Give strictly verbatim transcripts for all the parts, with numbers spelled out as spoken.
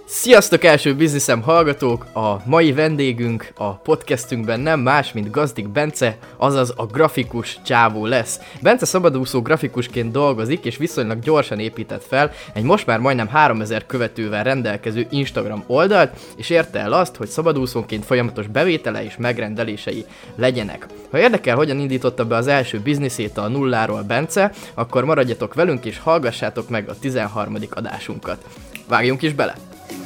Sziasztok, első bizniszem hallgatók! A mai vendégünk a podcastünkben nem más, mint Gazdik Bence, azaz a grafikus csávó lesz. Bence szabadúszó grafikusként dolgozik, és viszonylag gyorsan épített fel egy most már majdnem háromezer követővel rendelkező Instagram oldalt, és érte el azt, hogy szabadúszónként folyamatos bevétele és megrendelései legyenek. Ha érdekel, hogyan indította be az első bizniszét a nulláról Bence, akkor maradjatok velünk és hallgassátok meg a tizenharmadik adásunkat. Vágjunk is bele!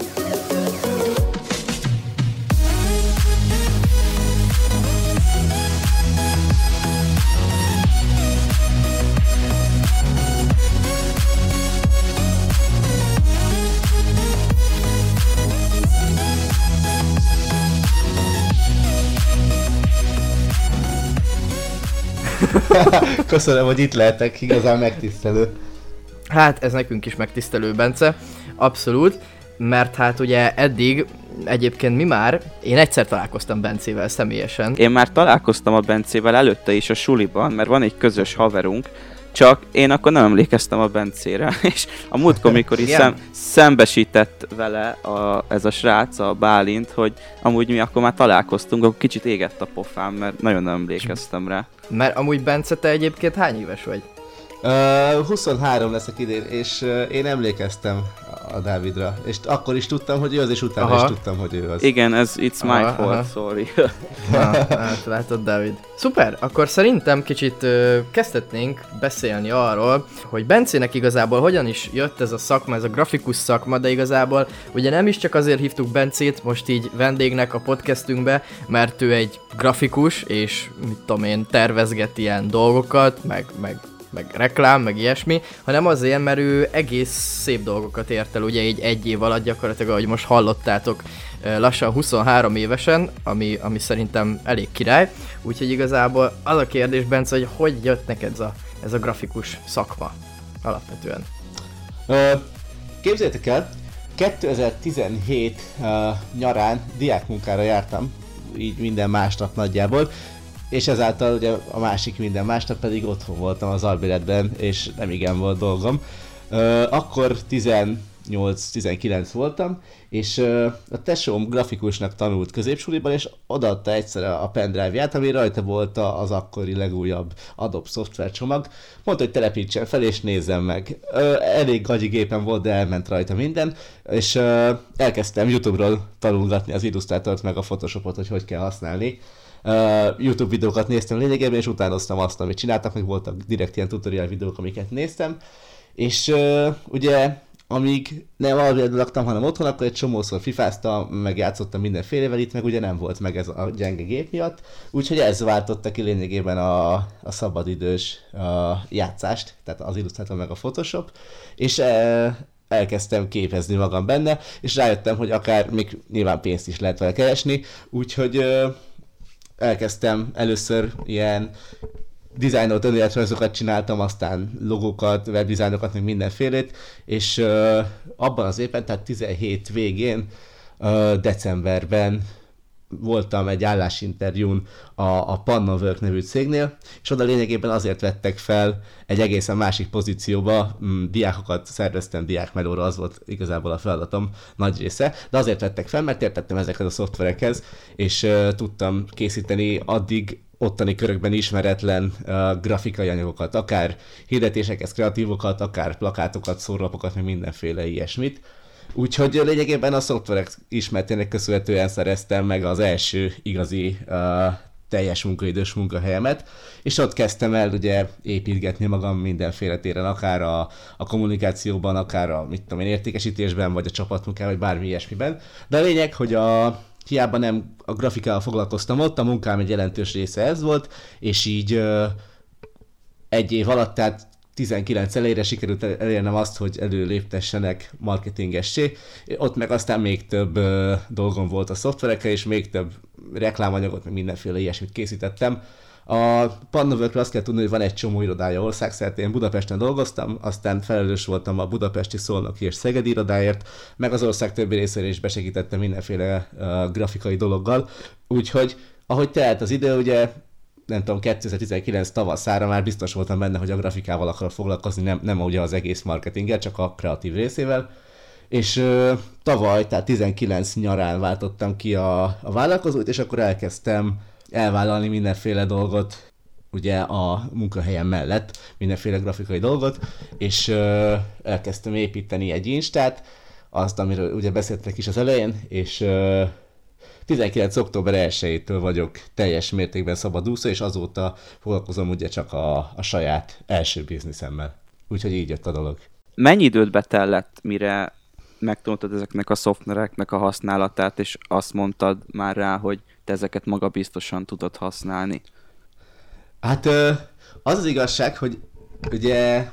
Köszönöm, hogy itt lehetek, igazán megtisztelő. Hát ez nekünk is megtisztelő, Bence, abszolút, mert hát ugye eddig egyébként mi már, én egyszer találkoztam Bencével személyesen. Én már találkoztam a Bencével előtte is a suliban, mert van egy közös haverunk, csak én akkor nem emlékeztem a Bencére, és a múltkor, mikor is szem, szembesített vele a, ez a srác, a Bálint, hogy amúgy mi akkor már találkoztunk, akkor kicsit égett a pofám, mert nagyon nem emlékeztem rá. Mert amúgy Bence, te egyébként hány éves vagy? Uh, huszonhárom leszek idén, és uh, én emlékeztem a Dávidra, és akkor is tudtam, hogy ő az, és utána aha. is tudtam, hogy ő az. Igen, ez it's my aha, fault, aha. sorry. Na, hát látod, Dávid. Szuper, akkor szerintem kicsit uh, kezdhetnénk beszélni arról, hogy Bencének igazából hogyan is jött ez a szakma, ez a grafikus szakma, de igazából ugye nem is csak azért hívtuk Bencét most így vendégnek a podcastünkbe, mert ő egy grafikus, és mit tudom én, tervezget ilyen dolgokat, meg, meg meg reklám, meg ilyesmi, hanem azért, mert ő egész szép dolgokat ért el, ugye így egy év alatt gyakorlatilag, ahogy most hallottátok, lassan huszonhárom évesen, ami, ami szerintem elég király, úgyhogy igazából az a kérdés, Bence, hogy hogy jött neked ez a, ez a grafikus szakma alapvetően? Képzeljétek el, kétezer-tizenhét uh, nyarán diákmunkára jártam, így minden másnap nagyjából, és ezáltal ugye a másik minden másnap pedig otthon voltam az albéletben, és nem igen volt dolgom. Uh, akkor tizennyolc-tizenkilenc voltam, és uh, a tesóm grafikusnak tanult középsuliban, és odaadta egyszer a pendrive-ját, ami rajta volt az akkori legújabb Adobe szoftvercsomag. Mondta, hogy telepítsen fel, és nézzem meg. Uh, elég gagyi gépen volt, de elment rajta minden, és uh, elkezdtem YouTube-ról tanulgatni az Illustrátort meg a Photoshopot, hogy hogy kell használni. Uh, YouTube videókat néztem lényegében, és utánoztam azt, amit csináltak, meg voltak direkt ilyen tutorial videók, amiket néztem. És uh, ugye, amíg nem albérletben laktam, hanem otthon, akkor egy csomószor fifáztam, meg játszottam mindenfélevel itt, meg ugye nem volt meg ez a gyenge gép miatt. Úgyhogy ez váltotta ki lényegében a, a szabadidős uh, játszást, tehát az Illustrator meg a Photoshop. És uh, elkezdtem képezni magam benne, és rájöttem, hogy akár még nyilván pénzt is lehet vele keresni, úgyhogy uh, elkezdtem először ilyen dizájnolt önéletrajzokat csináltam, aztán logókat, webdizájnokat, meg mindenfélét, és uh, abban az évben, tehát tizenhét végén, uh, decemberben voltam egy állásinterjún a, a Pannawork nevű cégnél, és oda lényegében azért vettek fel egy egészen másik pozícióba, m, diákokat szerveztem, diákmelóra, az volt igazából a feladatom nagy része, de azért vettek fel, mert értettem ezekhez a szoftverekhez, és uh, tudtam készíteni addig ottani körökben ismeretlen uh, grafikai anyagokat, akár hirdetésekhez kreatívokat, akár plakátokat, szórapokat, meg mindenféle ilyesmit. Úgyhogy lényegében a szoftverek ismertének köszönhetően szereztem meg az első igazi uh, teljes munkaidős munkahelyemet, és ott kezdtem el ugye építgetni magam mindenféle téren, akár a, a kommunikációban, akár a mit tudom én, értékesítésben, vagy a csapatmunkában, vagy bármi ilyesmiben. De a lényeg, hogy a hiába nem a grafikával foglalkoztam ott, a munkám egy jelentős része ez volt, és így uh, egy év alatt, tehát tizenkilenc elejére sikerült elérnem azt, hogy előléptessenek marketingessé. Ott meg aztán még több uh, dolgom volt a szoftverekkel, és még több reklámanyagot, meg mindenféle ilyesmit készítettem. A Pannaworkről azt kell tudni, hogy van egy csomó irodája országszerte. Én Budapesten dolgoztam, aztán felelős voltam a budapesti, szolnoki és szegedi irodáért, meg az ország többi részére is besegítettem mindenféle uh, grafikai dologgal. Úgyhogy, ahogy telt az idő, ugye nem tudom, kétezer-tizenkilenc tavaszára már biztos voltam benne, hogy a grafikával akarok foglalkozni, nem, nem ugye az egész marketinggel, csak a kreatív részével. És ö, tavaly, tehát tizenkilenc nyarán váltottam ki a, a vállalkozót, és akkor elkezdtem elvállalni mindenféle dolgot, ugye a munkahelyem mellett, mindenféle grafikai dolgot, és ö, elkezdtem építeni egy Instát, azt, amiről ugye beszéltek is az elején, és ö, tizenkilenc október elsejétől vagyok teljes mértékben szabadúszó, és azóta foglalkozom ugye csak a, a saját első bizniszemmel. Úgyhogy így jött a dolog. Mennyi időt betellett, mire megtanultad ezeknek a szoftvereknek a használatát, és azt mondtad már rá, hogy te ezeket magabiztosan tudod használni? Hát az az igazság, hogy ugye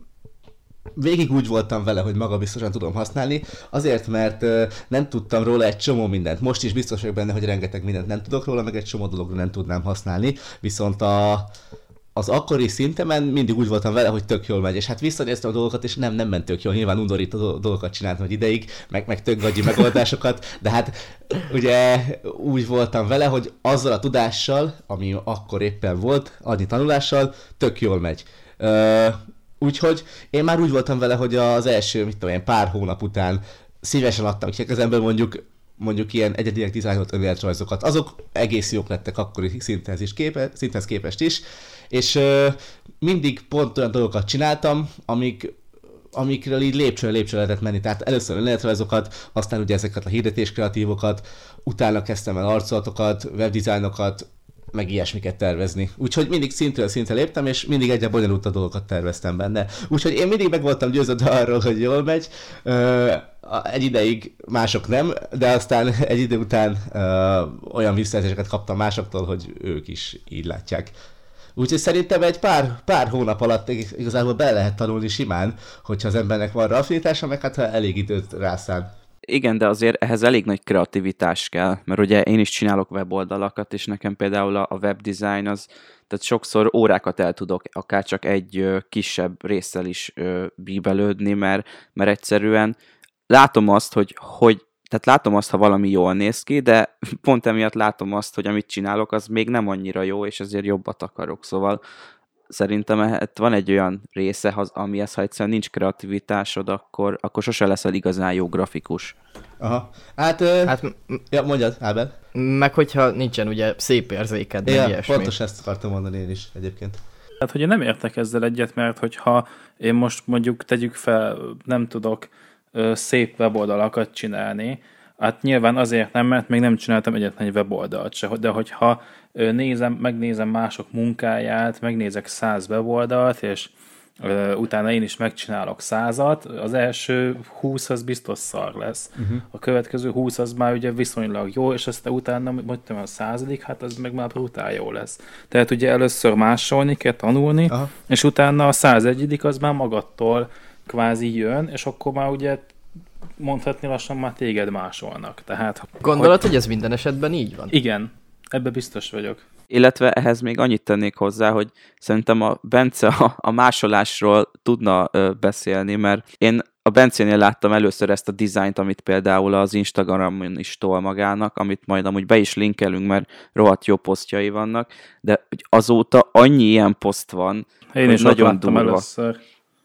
végig úgy voltam vele, hogy magabiztosan tudom használni, azért, mert nem tudtam róla egy csomó mindent. Most is biztos vagyok benne, hogy rengeteg mindent nem tudok róla, meg egy csomó dologra nem tudnám használni, viszont a az akkori szintemen mindig úgy voltam vele, hogy tök jól megy, és hát visszanéztem a dolgokat, és nem, nem ment tök jól, nyilván undorító dolgokat csináltam egy ideig, meg, meg tök gagyi megoldásokat, de hát ugye úgy voltam vele, hogy azzal a tudással, ami akkor éppen volt, annyi tanulással, tök jól megy. Ö, úgyhogy én már úgy voltam vele, hogy az első, mit tudom én, pár hónap után szívesen adtam ki az ember mondjuk mondjuk ilyen egyedileg dizájnolt önéletrajzokat. Azok egész jók lettek akkori szinthez, is képe, szinthez képest is, és ö, mindig pont olyan dolgokat csináltam, amik, amikről így lépcsőre lépcsőre lehetett menni. Tehát először önéletrajzokat, aztán ugye ezeket a hirdetés kreatívokat, utána kezdtem el arcolatokat, webdesignokat, meg ilyesmiket tervezni. Úgyhogy mindig szintről szintre léptem, és mindig egyre bonyolultabb dolgokat terveztem benne. Úgyhogy én mindig meg voltam győződve arról, hogy jól megy. Ö, egy ideig mások nem, de aztán egy idő után ö, olyan visszajelzéseket kaptam másoktól, hogy ők is így látják. Úgyhogy szerintem egy pár, pár hónap alatt igazából be lehet tanulni simán, hogyha az embernek van rá affinitása, meg hát ha elég időt rászán. Igen, de azért ehhez elég nagy kreativitás kell, mert ugye én is csinálok weboldalakat, és nekem például a webdesign az, tehát sokszor órákat el tudok akár csak egy ö, kisebb résszel is ö, bíbelődni, mert, mert egyszerűen látom azt, hogy, hogy tehát látom azt, ha valami jól néz ki, de pont emiatt látom azt, hogy amit csinálok, az még nem annyira jó, és ezért jobbat akarok. Szóval szerintem hát van egy olyan része, amihez, ha egyszerűen nincs kreativitásod, akkor, akkor sose leszel igazán jó grafikus. Aha. Hát, ö... hát ja, mondjad, Ábel. Meg hogyha nincsen ugye szép érzéked, ja, meg ilyesmi. Pontos ezt akartam mondani én is egyébként. Tehát, hogy én nem értek ezzel egyet, mert hogyha én most mondjuk tegyük fel, nem tudok ö, szép weboldalakat csinálni, hát nyilván azért nem, mert még nem csináltam egyetlen egy weboldalt se, de hogyha ö, nézem, megnézem mások munkáját, megnézek száz weboldalt, és ö, utána én is megcsinálok százat, az első húsz az biztos szar lesz. Uh-huh. A következő húsz az már ugye viszonylag jó, és aztán utána, mondtam, a századik, hát az meg már brutál jó lesz. Tehát ugye először másolni kell, tanulni, aha, és utána a százegyedik az már magattól kvázi jön, és akkor már ugye mondhatni lassan már téged másolnak. Tehát, gondolod, hogy... hogy ez minden esetben így van? Igen, ebben biztos vagyok. Illetve ehhez még annyit tennék hozzá, hogy szerintem a Bence a, a másolásról tudna ö, beszélni, mert én a Bencénél láttam először ezt a dizájnt, amit például az Instagramon is tol magának, amit majd amúgy be is linkelünk, mert rohadt jó posztjai vannak, de azóta annyi ilyen poszt van, én is nagyon durva. Először.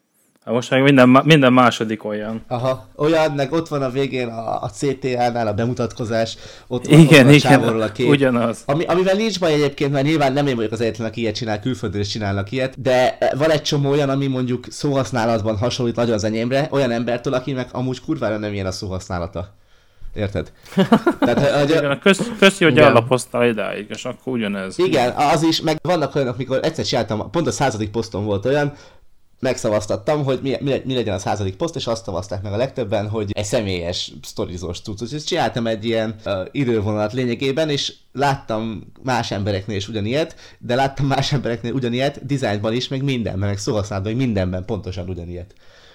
Most meg minden, minden második olyan. Aha, olyan, meg ott van a végén a, a cé té á-nál a bemutatkozás, ott van, igen, ott van a sávorról a kép. Ugyanaz. Ami, amivel nincs baj egyébként, mert nyilván nem én vagyok az egyetlen, aki ilyet csinál, külföldön is csinálnak ilyet, de van egy csomó olyan, ami mondjuk szóhasználatban hasonlít nagyon az enyémre, olyan embertől, akinek amúgy kurvára nem ilyen a szóhasználata. Érted? Tehát, hogy igen, kösz, köszi, hogy ellapoztál idáig, és akkor ugyanez. Igen, az is, meg vannak olyanok, mikor egyszer csináltam, pont a századik poszton volt olyan, megszavaztattam, hogy mi, mi, mi legyen a századik poszt, és azt szavazták meg a legtöbben, hogy egy személyes sztorizós cucc. Úgyhogy csináltam egy ilyen uh, idővonalat lényegében, és láttam más embereknél is ugyanilyet, de láttam más embereknél ugyanilyet, dizájnban is, meg mindenben, meg szóhasználatban, meg mindenben pontosan ugyanilyet.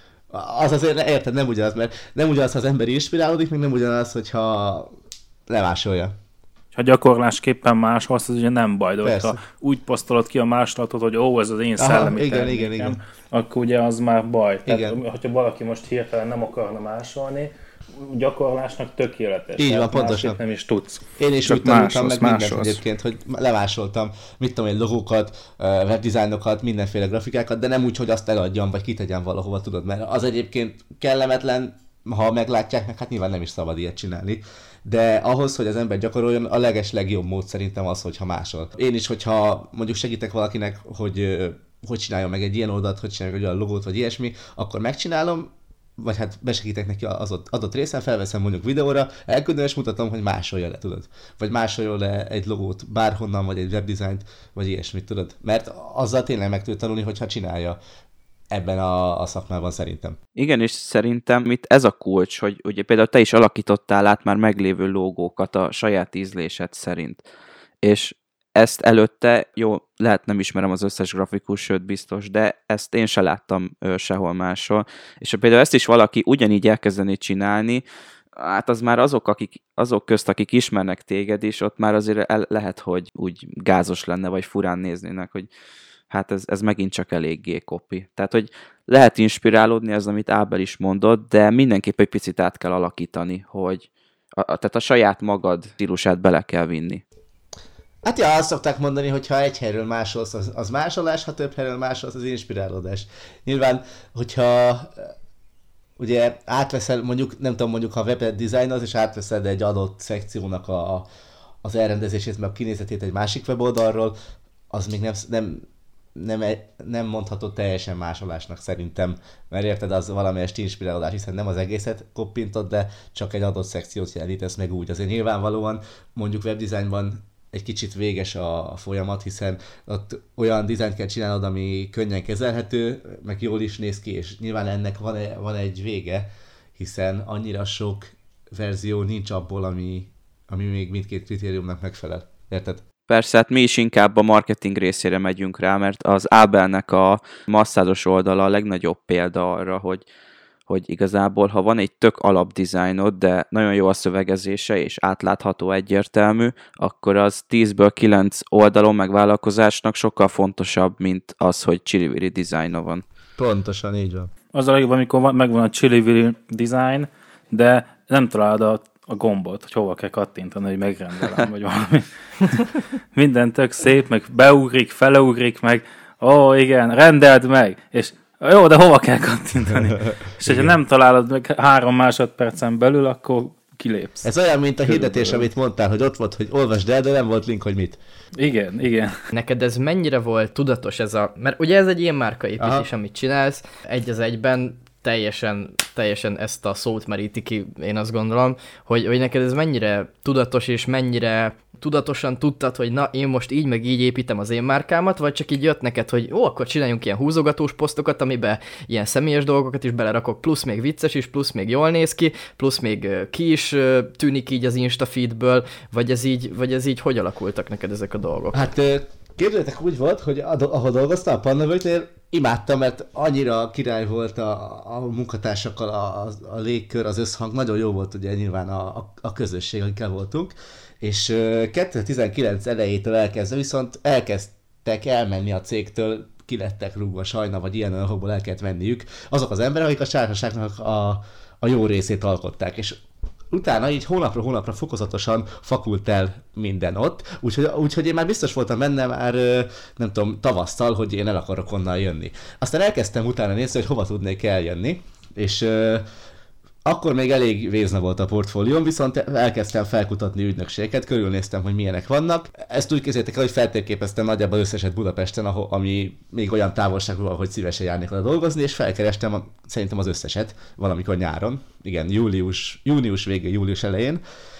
Az azért, érted, nem ugyanaz, mert nem ugyanaz, ha az ember inspirálódik, meg nem ugyanaz, hogyha lemásolja. Ha gyakorlásképpen másolsz, az ugye nem baj, de hogyha úgy posztolod ki a másolatot, hogy ó, ez az én szellemi aha, igen, igen, igen. akkor ugye az már baj. Tehát, hogyha valaki most hirtelen nem akarna másolni, gyakorlásnak tökéletes. Így van, pontosan. Nem is tudsz. Én is csak úgy tanultam meg mindent másolsz. Egyébként, hogy lemásoltam, mit tudom én, logókat, webdesignokat, mindenféle grafikákat, de nem úgy, hogy azt eladjam, vagy kitegyem valahova, tudod, mert az egyébként kellemetlen, ha meglátják, meg hát nyilván nem is szabad ilyet csinálni. De ahhoz, hogy az ember gyakoroljon, a leges legjobb mód szerintem az, hogyha másol. Én is, hogyha mondjuk segítek valakinek, hogy hogy csináljon meg egy ilyen oldalt, hogy csináljon egy olyan logót, vagy ilyesmi, akkor megcsinálom, vagy hát besegítek neki az adott részen, felveszem mondjuk videóra, elküldöm és mutatom, hogy másolja le, tudod. Vagy másolja le egy logót bárhonnan, vagy egy webdesignt, vagy ilyesmit, tudod. Mert azzal tényleg meg tud tanulni, hogyha csinálja ebben a, a szakmában szerintem. Igen, és szerintem itt ez a kulcs, hogy ugye például te is alakítottál át már meglévő logókat a saját ízlésed szerint. És ezt előtte, jó, lehet nem ismerem az összes grafikus, sőt biztos, de ezt én se láttam ö, sehol máshol. És ha például ezt is valaki ugyanígy elkezdeni csinálni, hát az már azok, akik, azok közt, akik ismernek téged is, ott már azért el, lehet, hogy úgy gázos lenne, vagy furán néznének, hogy hát ez, ez megint csak eléggé kopi. Tehát, hogy lehet inspirálódni, ez, amit Ábel is mondott, de mindenképp egy picit át kell alakítani, hogy a, a, tehát a saját magad stílusát bele kell vinni. Hát ja, azt szokták mondani, hogy ha egy helyről másolsz, az, az másolás, ha több helyről másolsz, az inspirálódás. Nyilván, hogyha ugye átveszel, mondjuk, nem tudom, mondjuk ha web design az, és átveszed egy adott szekciónak a, az elrendezését, meg a kinézetét egy másik weboldalról, az még nem, nem, nem, nem mondható teljesen másolásnak szerintem, mert érted, az valamelyest inspirálódás, hiszen nem az egészet koppintod, de csak egy adott szekciót jelenítesz meg úgy. Azért nyilvánvalóan mondjuk webdesignban egy kicsit véges a folyamat, hiszen ott olyan dizájnt kell csinálnod, ami könnyen kezelhető, meg jól is néz ki, és nyilván ennek van, van egy vége, hiszen annyira sok verzió nincs abból, ami, ami még mindkét kritériumnak megfelel. Érted? Persze, hát mi is inkább a marketing részére megyünk rá, mert az Ábelnek a masszádos oldala a legnagyobb példa arra, hogy hogy igazából, ha van egy tök alapdizájnod, de nagyon jó a szövegezése, és átlátható, egyértelmű, akkor az tízből kilenc oldalon meg vállalkozásnak sokkal fontosabb, mint az, hogy csili-vili dizájna van. Pontosan, így van. Az a legjobb, amikor van, megvan a csili-vili dizájn, de nem találod a, a gombot, hogy hova kell kattintani, hogy megrendelem, vagy valami. Minden tök szép, meg beugrik, feleugrik, meg ó, igen, rendeld meg, és jó, de hova kell kattintani? És hogyha nem találod meg három másodpercen belül, akkor kilépsz. Ez olyan, mint a hirdetés, amit mondtál, hogy ott volt, hogy olvasd el, de nem volt link, hogy mit. Igen, igen. Neked ez mennyire volt tudatos ez a... Mert ugye ez egy ilyen márkaépítés, amit csinálsz, egy az egyben teljesen, teljesen ezt a szót meríti ki, én azt gondolom, hogy, hogy neked ez mennyire tudatos, és mennyire tudatosan tudtad, hogy na, én most így meg így építem az én márkámat, vagy csak így jött neked, hogy ó, akkor csináljunk ilyen húzogatós posztokat, amiben ilyen személyes dolgokat is belerakok, plusz még vicces is, plusz még jól néz ki, plusz még ki is tűnik így az Insta feedből, vagy ez így, vagy ez így hogy alakultak neked ezek a dolgok? Hát képzeljétek, úgy volt, hogy ahol dolgoztam a Pannavölgynél, imádtam, mert annyira király volt a, a munkatársakkal a, a, a légkör, az összhang, nagyon jó volt ugye nyilván a, a, a közösség, akikkel voltunk, és uh, kétezer-tizenkilenc elejétől elkezdve viszont elkezdtek elmenni a cégtől, ki lettek rúgva sajna, vagy ilyen olyanokból el kellett venniük, azok az emberek, akik a társaságnak a, a jó részét alkották, és utána így hónapra hónapra fokozatosan fakult el minden ott, úgyhogy, úgyhogy én már biztos voltam benne már, nem tudom, tavasszal, hogy én el akarok onnan jönni. Aztán elkezdtem utána nézni, hogy hova tudnék eljönni, és uh, akkor még elég vézna volt a portfólióm, viszont elkezdtem felkutatni ügynökségeket, körülnéztem, hogy milyenek vannak. Ezt úgy képzeljétek el, hogy feltérképeztem nagyjából összeset Budapesten, ahol, ami még olyan távolságról, hogy szívesen járnék oda dolgozni, és felkerestem a, szerintem az összeset valamikor nyáron, igen, július, június végén, július elején,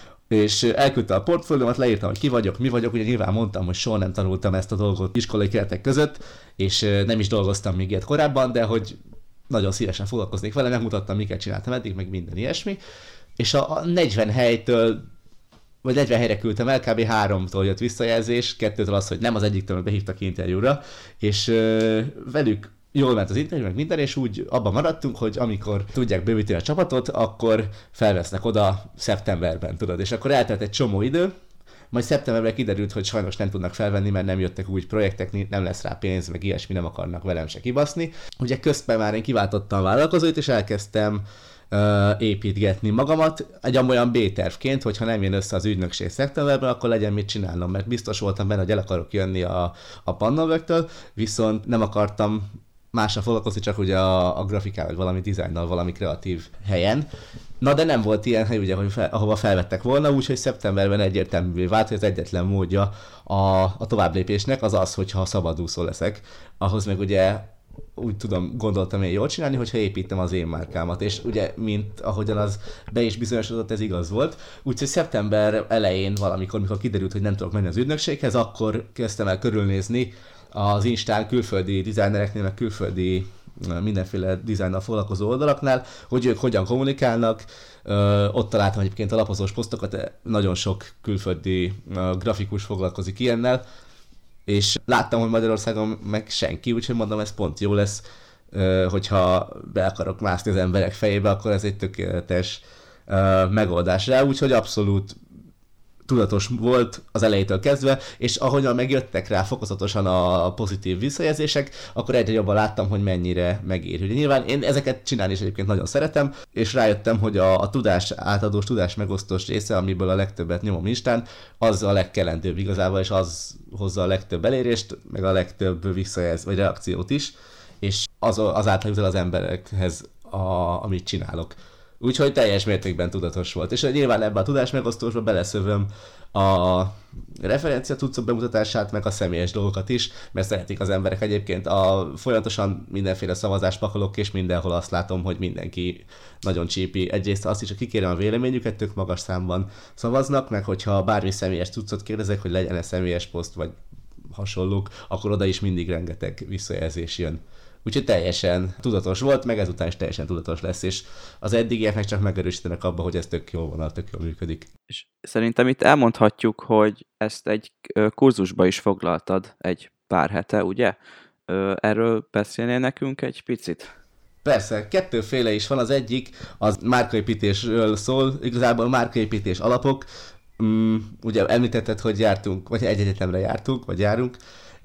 és elküldtem a portfóliómat, leírtam, hogy ki vagyok, mi vagyok, ugye nyilván mondtam, hogy soha nem tanultam ezt a dolgot iskolai keretek között, és nem is dolgoztam még ilyet korábban, de hogy nagyon szívesen foglalkoznék vele, megmutattam, miket csináltam eddig, meg minden ilyesmi, és a, a negyven helytől, vagy negyven helyre küldtem el, kb. háromtól jött visszajelzés, kettőtől az, hogy nem, az egyiktől behívtak interjúra, és ö, velük jól ment az interjú, meg minden, és úgy abban maradtunk, hogy amikor tudják bővíteni a csapatot, akkor felvesznek oda szeptemberben, tudod, és akkor eltelt egy csomó idő, majd szeptemberben kiderült, hogy sajnos nem tudnak felvenni, mert nem jöttek új projektek, nem lesz rá pénz, meg ilyesmi, nem akarnak velem se kibaszni. Ugye közben már én kiváltottam a vállalkozóit, és elkezdtem uh, építgetni magamat egy olyan B-tervként, hogyha nem jön össze az ügynökség szeptemberben, akkor legyen mit csinálnom, mert biztos voltam benne, hogy el akarok jönni a, a Pannavögtől, viszont nem akartam mással foglalkozni, csak ugye a, a grafikával, vagy valami dizájnnal, valami kreatív helyen. Na de nem volt ilyen hely, ugye, hogy fel, ahova felvettek volna, úgyhogy szeptemberben egyértelművé vált, hogy az egyetlen módja a, a továbblépésnek az az, hogyha szabadúszó leszek. Ahhoz meg ugye úgy tudom, gondoltam én jól csinálni, hogyha építem az én márkámat, és ugye, mint ahogyan az be is bizonyosodott, ez igaz volt. Úgyhogy szeptember elején valamikor, mikor kiderült, hogy nem tudok menni az ügynökséghez, akkor kezdtem el körülnézni az Instán külföldi dizájnereknél, meg külföldi mindenféle dizájnnal foglalkozó oldalaknál, hogy ők hogyan kommunikálnak. Ö, ott találtam egyébként alapozós posztokat, nagyon sok külföldi ö, grafikus foglalkozik ilyennel, és láttam, hogy Magyarországon meg senki, úgyhogy mondom, ez pont jó lesz, ö, hogyha be akarok mászni az emberek fejébe, akkor ez egy tökéletes ö, megoldás rá, úgyhogy abszolút tudatos volt az elejétől kezdve, és ahogyan megjöttek rá fokozatosan a pozitív visszajelzések, akkor egyre jobban láttam, hogy mennyire megéri. Ugye nyilván én ezeket csinálni is egyébként nagyon szeretem, és rájöttem, hogy a, a tudás átadós, tudás megosztós része, amiből a legtöbbet nyomom Instán, az a legkelendőbb igazából, és az hozza a legtöbb elérést, meg a legtöbb visszajelzést, vagy reakciót is, és az, azáltal jut el az emberekhez, a, amit csinálok. Úgyhogy teljes mértékben tudatos volt. És nyilván ebbe a tudásmegosztósba beleszövöm a referencia cuccok bemutatását, meg a személyes dolgokat is, mert szeretik az emberek egyébként. A, folyamatosan mindenféle szavazást pakolok, és mindenhol azt látom, hogy mindenki nagyon csípi. Egyrészt azt is, hogy kikérem a véleményüket, tök magas számban szavaznak, meg hogyha bármi személyes cuccot kérdezek, hogy legyen-e személyes poszt, vagy hasonlók, akkor oda is mindig rengeteg visszajelzés jön. Úgyhogy teljesen tudatos volt, meg ezután is teljesen tudatos lesz, és az eddigieknek csak megerősítenek abba, hogy ez tök jó vonal, tök jól működik. És szerintem itt elmondhatjuk, hogy ezt egy kurzusba is foglaltad egy pár hete, ugye? Erről beszélnél nekünk egy picit? Persze, kettőféle is van, az egyik az márkaépítésről szól, igazából márkaépítés alapok. Mm, ugye említetted, hogy jártunk, vagy egy egyetemre jártunk, vagy járunk.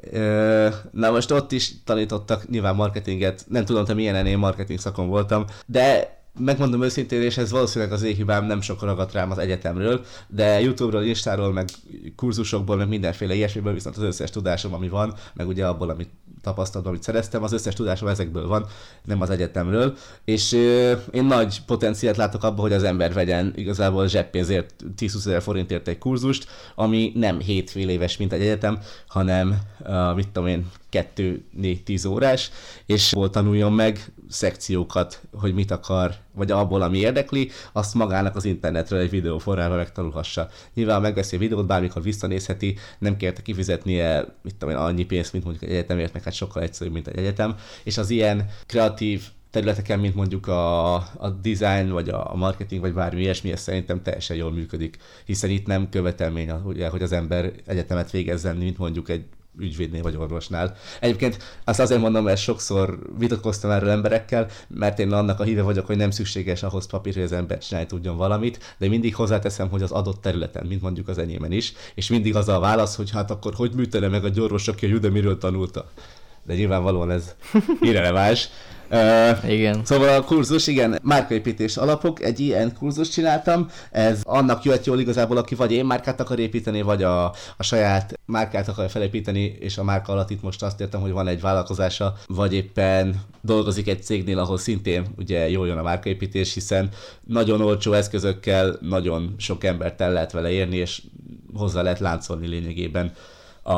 Na most ott is tanítottak nyilván marketinget, nem tudom, te milyen én marketing szakon voltam, de megmondom őszintén, és ez valószínűleg az én hibám, nem sok ragadt rám az egyetemről, de YouTube-ról, Instáról, meg kurzusokból, meg mindenféle ilyesmiből viszont az összes tudásom, ami van, meg ugye abból, amit tapasztaltam, amit szereztem, az összes tudásom ezekből van, nem az egyetemről, és euh, én nagy potenciált látok abban, hogy az ember vegyen igazából zseppénzért tíz-húsz ezer forintért egy kurzust, ami nem hét fél éves, mint egy egyetem, hanem uh, mit tudom én, kettő négy tíz órás, és hol tanuljon meg szekciókat, hogy mit akar, vagy abból, ami érdekli, azt magának az internetről egy videó forrásra megtanulhassa. Nyilván megveszi a videót, bármikor visszanézheti, nem kérte kifizetnie, mit tudom én, annyi pénzt, mint mondjuk egy egyetemért, meg hát sokkal egyszerűbb, mint egy egyetem, és az ilyen kreatív területeken, mint mondjuk a, a design, vagy a marketing, vagy bármi ilyesmi, ez szerintem teljesen jól működik, hiszen itt nem követelmény, ugye, hogy az ember egyetemet végezzen, mint mondjuk egy ügyvédnél vagy orvosnál. Egyébként azt azért mondom, mert sokszor vitatkoztam erről emberekkel, mert én annak a híve vagyok, hogy nem szükséges ahhoz papír, hogy az ember csinálni tudjon valamit, de mindig hozzáteszem, hogy az adott területen, mint mondjuk az enyémen is, és mindig az a válasz, hogy hát akkor hogy műtene meg a gyors, aki a Udemy-ről tanulta. De nyilvánvalóan ez irreleváns. Uh, igen. Szóval a kurzus, igen, márkaépítés alapok, egy ilyen kurzus csináltam, ez annak jöhet jól igazából, aki vagy én márkát akar építeni, vagy a, a saját márkát akar felépíteni, és a márka alatt itt most azt értem, hogy van egy vállalkozása, vagy éppen dolgozik egy cégnél, ahol szintén ugye jól jön a márkaépítés, hiszen nagyon olcsó eszközökkel nagyon sok embert el lehet vele érni, és hozzá lehet láncolni lényegében a,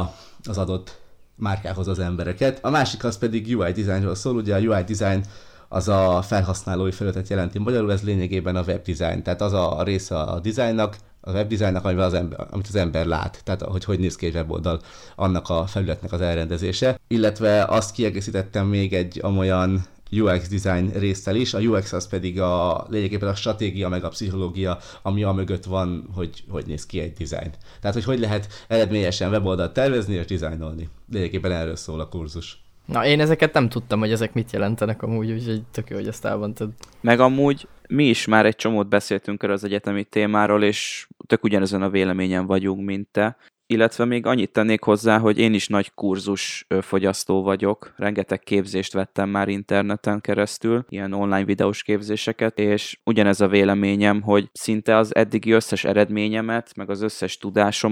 az adott márkához az embereket. A másik az pedig u i designról szól, ugye a u i design az a felhasználói felületet jelenti magyarul, ez lényegében a webdesign, tehát az a része a designnak, a webdesignnak, amivel az ember, amit az ember lát, tehát hogy hogy néz ki egy weboldal, annak a felületnek az elrendezése. Illetve azt kiegészítettem még egy amolyan u x design résztel is, a u x az pedig a lényegében a stratégia meg a pszichológia, ami a mögött van, hogy hogy néz ki egy design. Tehát, hogy hogy lehet eredményesen weboldalt tervezni és dizájnolni. Lényegében erről szól a kurzus. Na, én ezeket nem tudtam, hogy ezek mit jelentenek amúgy, úgyhogy tök jó, hogy ezt elmondtad. Meg amúgy mi is már egy csomót beszéltünk erről az egyetemi témáról, és tök ugyanezen a véleményen vagyunk, mint te. Illetve még annyit tennék hozzá, hogy én is nagy kurzus fogyasztó vagyok, rengeteg képzést vettem már interneten keresztül, ilyen online videós képzéseket, és ugyanez a véleményem, hogy szinte az eddigi összes eredményemet, meg az összes tudásomat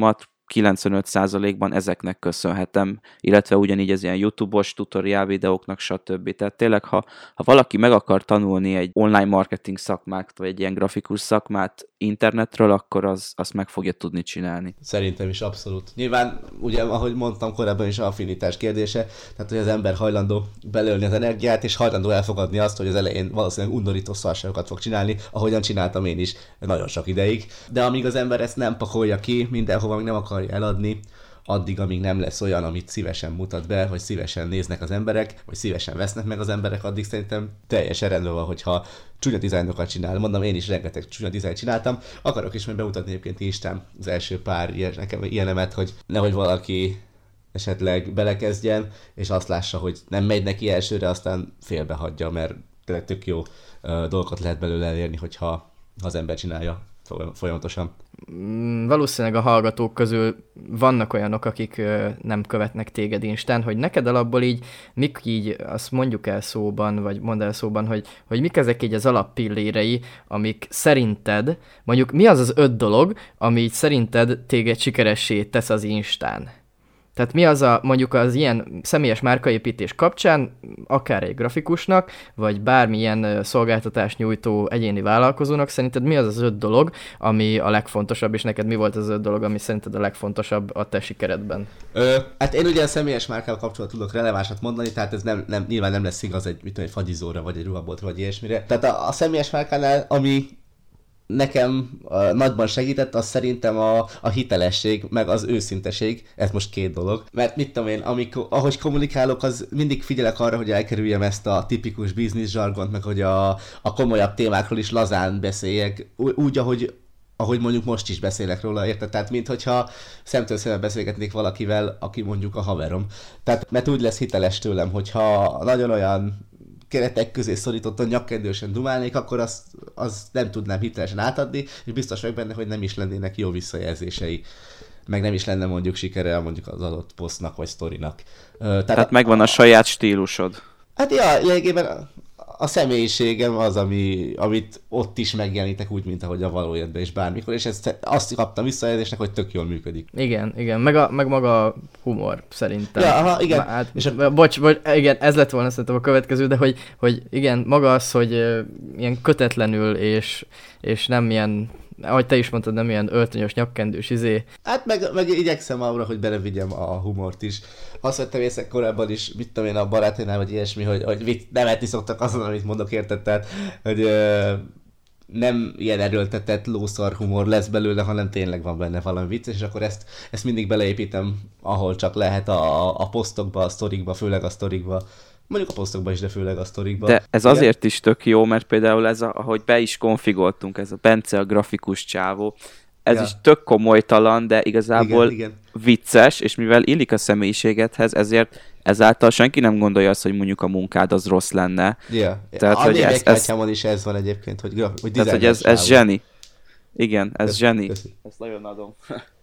kilencvenöt százalékban ezeknek köszönhetem, illetve ugyanígy ez ilyen YouTube-os tutoriál videóknak, stb. Tehát tényleg, ha, ha valaki meg akar tanulni egy online marketing szakmát, vagy egy ilyen grafikus szakmát internetről, akkor az, azt meg fogja tudni csinálni. Szerintem is abszolút. Nyilván, ugye, ahogy mondtam korábban is, affinitás kérdése, tehát hogy az ember hajlandó belőlni az energiát, és hajlandó elfogadni azt, hogy az elején valószínűleg undorító szarságokat fog csinálni, ahogyan csináltam én is nagyon sok ideig. De amíg az ember ezt nem pakolja ki, mindenhova még nem akarja eladni, addig, amíg nem lesz olyan, amit szívesen mutat be, vagy szívesen néznek az emberek, vagy szívesen vesznek meg az emberek, addig szerintem teljesen rendben van, hogyha csúnya dizájnokat csinál. Mondom, én is rengeteg csúnya dizájnt csináltam. Akarok is majd bemutatni egyébként Instán az első pár ilyen, nekem ilyenemet, hogy nehogy valaki esetleg belekezdjen, és azt lássa, hogy nem megy neki elsőre, aztán félbehagyja, mert tényleg tök jó uh, dolgokat lehet belőle elérni, hogyha az ember csinálja folyamatosan. Valószínűleg a hallgatók közül vannak olyanok, akik nem követnek téged Instán, hogy neked alapból így, mik így, azt mondjuk el szóban, vagy mondd el szóban, hogy, hogy mik ezek így az alappillérei, amik szerinted, mondjuk mi az az öt dolog, ami így szerinted téged sikeressé tesz az Instán? Tehát mi az a, mondjuk az ilyen személyes márkaépítés kapcsán, akár egy grafikusnak, vagy bármilyen szolgáltatást nyújtó egyéni vállalkozónak, szerinted mi az az öt dolog, ami a legfontosabb, és neked mi volt az öt dolog, ami szerinted a legfontosabb a te sikeredben? Ö, hát én ugye a személyes márkával kapcsolatban tudok relevánsat mondani, tehát ez nem, nem, nyilván nem lesz igaz egy, mit tudom, egy fagyizóra, vagy egy ruhaboltra, vagy ilyesmire. Tehát a, a személyes márkánál, ami nekem uh, nagyban segített, az szerintem a, a hitelesség, meg az őszinteség, ez most két dolog. Mert mit tudom én, amikor, ahogy kommunikálok, az mindig figyelek arra, hogy elkerüljem ezt a tipikus business zsargont, meg hogy a, a komolyabb témákról is lazán beszéljek, úgy, ahogy, ahogy mondjuk most is beszélek róla, érted? Tehát minthogyha szemtől szemben beszélgetnék valakivel, aki mondjuk a haverom. Tehát, mert úgy lesz hiteles tőlem, hogyha nagyon olyan keretek közé szorítottan nyakkendősen dumálnék, akkor azt, azt nem tudnám hitelesen átadni, és biztos vagyok benne, hogy nem is lennének jó visszajelzései, meg nem is lenne mondjuk sikere mondjuk az adott posztnak vagy sztorinak. Tehát, Tehát megvan a, a saját stílusod. Hát ja, lényegében a, a személyiségem az, ami, amit ott is megjelenítek úgy, mint ahogy a való életben és bármikor, és ezt azt kaptam visszajelzésnek, hogy tök jól működik. Igen, igen, meg, a, meg maga a humor szerintem. Ja, aha, igen. Hát, és a... bocs, bocs, igen, ez lett volna szerintem a következő, de hogy, hogy igen, maga az, hogy uh, ilyen kötetlenül, és, és nem ilyen, ahogy te is mondtad, nem ilyen öltönyös, nyakkendős izé. Hát meg, meg igyekszem arra, hogy belevigyem a humort is. Azt vettem észre korábban is, mit tudom én, a barátainál, vagy ilyesmi, hogy, hogy nevetni szoktak azon, amit mondok, érted? Tehát, hogy ö, nem ilyen erőltetett lószar humor lesz belőle, hanem tényleg van benne valami vicces, és akkor ezt, ezt mindig beleépítem, ahol csak lehet a, a posztokba, a sztorikba, főleg a sztorikba. Mondjuk a posztokban is, de főleg a sztorikban. De ez igen? Azért is tök jó, mert például ez, a, ahogy be is konfigoltunk, ez a Bence a grafikus csávó, ez ja. is tök komolytalan, de igazából igen, igen. vicces, és mivel illik a személyiségedhez, ezért ezáltal senki nem gondolja azt, hogy mondjuk a munkád az rossz lenne. Yeah. Tehát, a hogy ez, ez... is ez van egyébként, hogy, hogy Tehát, hogy ez, ez zseni. Igen, ez köszi, zseni. Köszi. Ezt nagyon adom.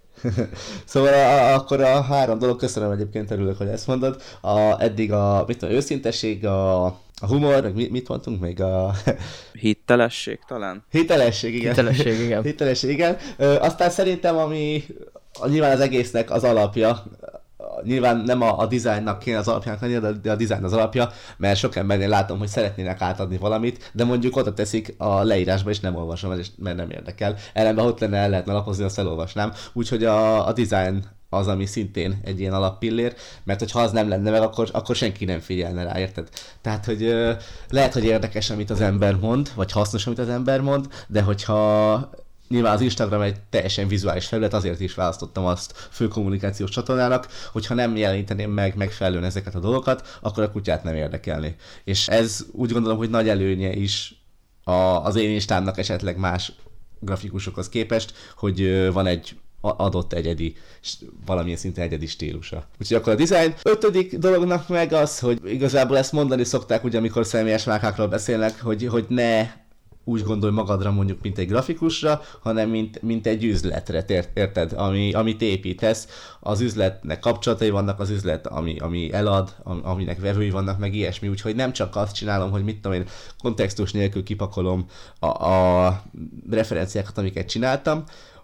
Szóval a, a, akkor a három dolog, köszönöm egyébként, örülök, hogy ezt mondod. A, eddig a mit tudom, őszintesség, a, a humor, meg mit, mit mondtunk még? A... Hitelesség talán? Hitelesség, igen. Hitelesség, igen. Hitelesség, igen. Ö, aztán szerintem, ami nyilván az egésznek az alapja, nyilván nem a, a dizájnnak kéne az alapjának lenni, de, de a dizájn az alapja, mert sok embernél látom, hogy szeretnének átadni valamit, de mondjuk oda teszik a leírásba, és nem olvasom, mert nem érdekel. Ellenben ott lenne, el lehetne lapozni, azt elolvasnám. Úgyhogy a, a dizájn az, ami szintén egy ilyen alappillér, mert hogyha az nem lenne meg, akkor, akkor senki nem figyelne rá, érted? Tehát, hogy ö, lehet, hogy érdekes, amit az ember mond, vagy hasznos, amit az ember mond, de hogyha nyilván az Instagram egy teljesen vizuális felület, azért is választottam azt fő kommunikációs csatornának, hogyha nem jeleníteném meg megfelelően ezeket a dolgokat, akkor a kutyát nem érdekelni. És ez úgy gondolom, hogy nagy előnye is a, az én Instámnak esetleg más grafikusokhoz képest, hogy van egy adott egyedi, valamilyen szinte egyedi stílusa. Úgyhogy akkor a design. Ötödik dolognak meg az, hogy igazából ezt mondani szokták, ugye amikor személyes márkákról beszélnek, hogy, hogy ne úgy gondolj magadra mondjuk, mint egy grafikusra, hanem mint, mint egy üzletre, érted? Ami, amit építesz, az üzletnek kapcsolatai vannak, az üzlet, ami, ami elad, aminek vevői vannak, meg ilyesmi, úgyhogy nem csak azt csinálom, hogy mit tudom én, kontextus nélkül kipakolom a, a referenciákat, amiket csináltam,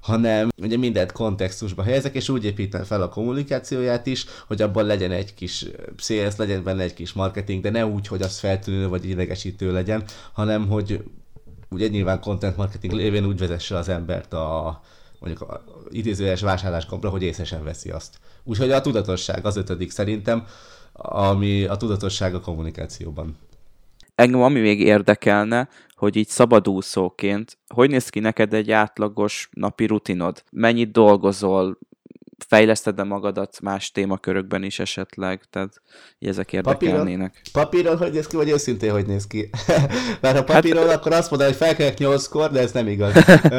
hanem ugye mindent kontextusba helyezek, és úgy építem fel a kommunikációját is, hogy abban legyen egy kis sales, legyen benne egy kis marketing, de ne úgy, hogy az feltűnő vagy idegesítő legyen, hanem hogy ugye nyilván content marketing lévén úgy vezesse az embert a mondjuk a idézőjeles vásárláskompra, hogy észre sem veszi azt. Úgyhogy a tudatosság az ötödik szerintem, ami a tudatosság a kommunikációban. Engem ami még érdekelne, hogy így szabadúszóként, hogy néz ki neked egy átlagos napi rutinod? Mennyit dolgozol? Fejleszted-e magadat más témakörökben is esetleg? Tehát ezek érdekelnének. Papíron, papíron hogy néz ki, vagy őszintén hogy néz ki? Mert ha papíron, hát, akkor azt mondod, hogy felkelek nyolckor, de ez nem igaz.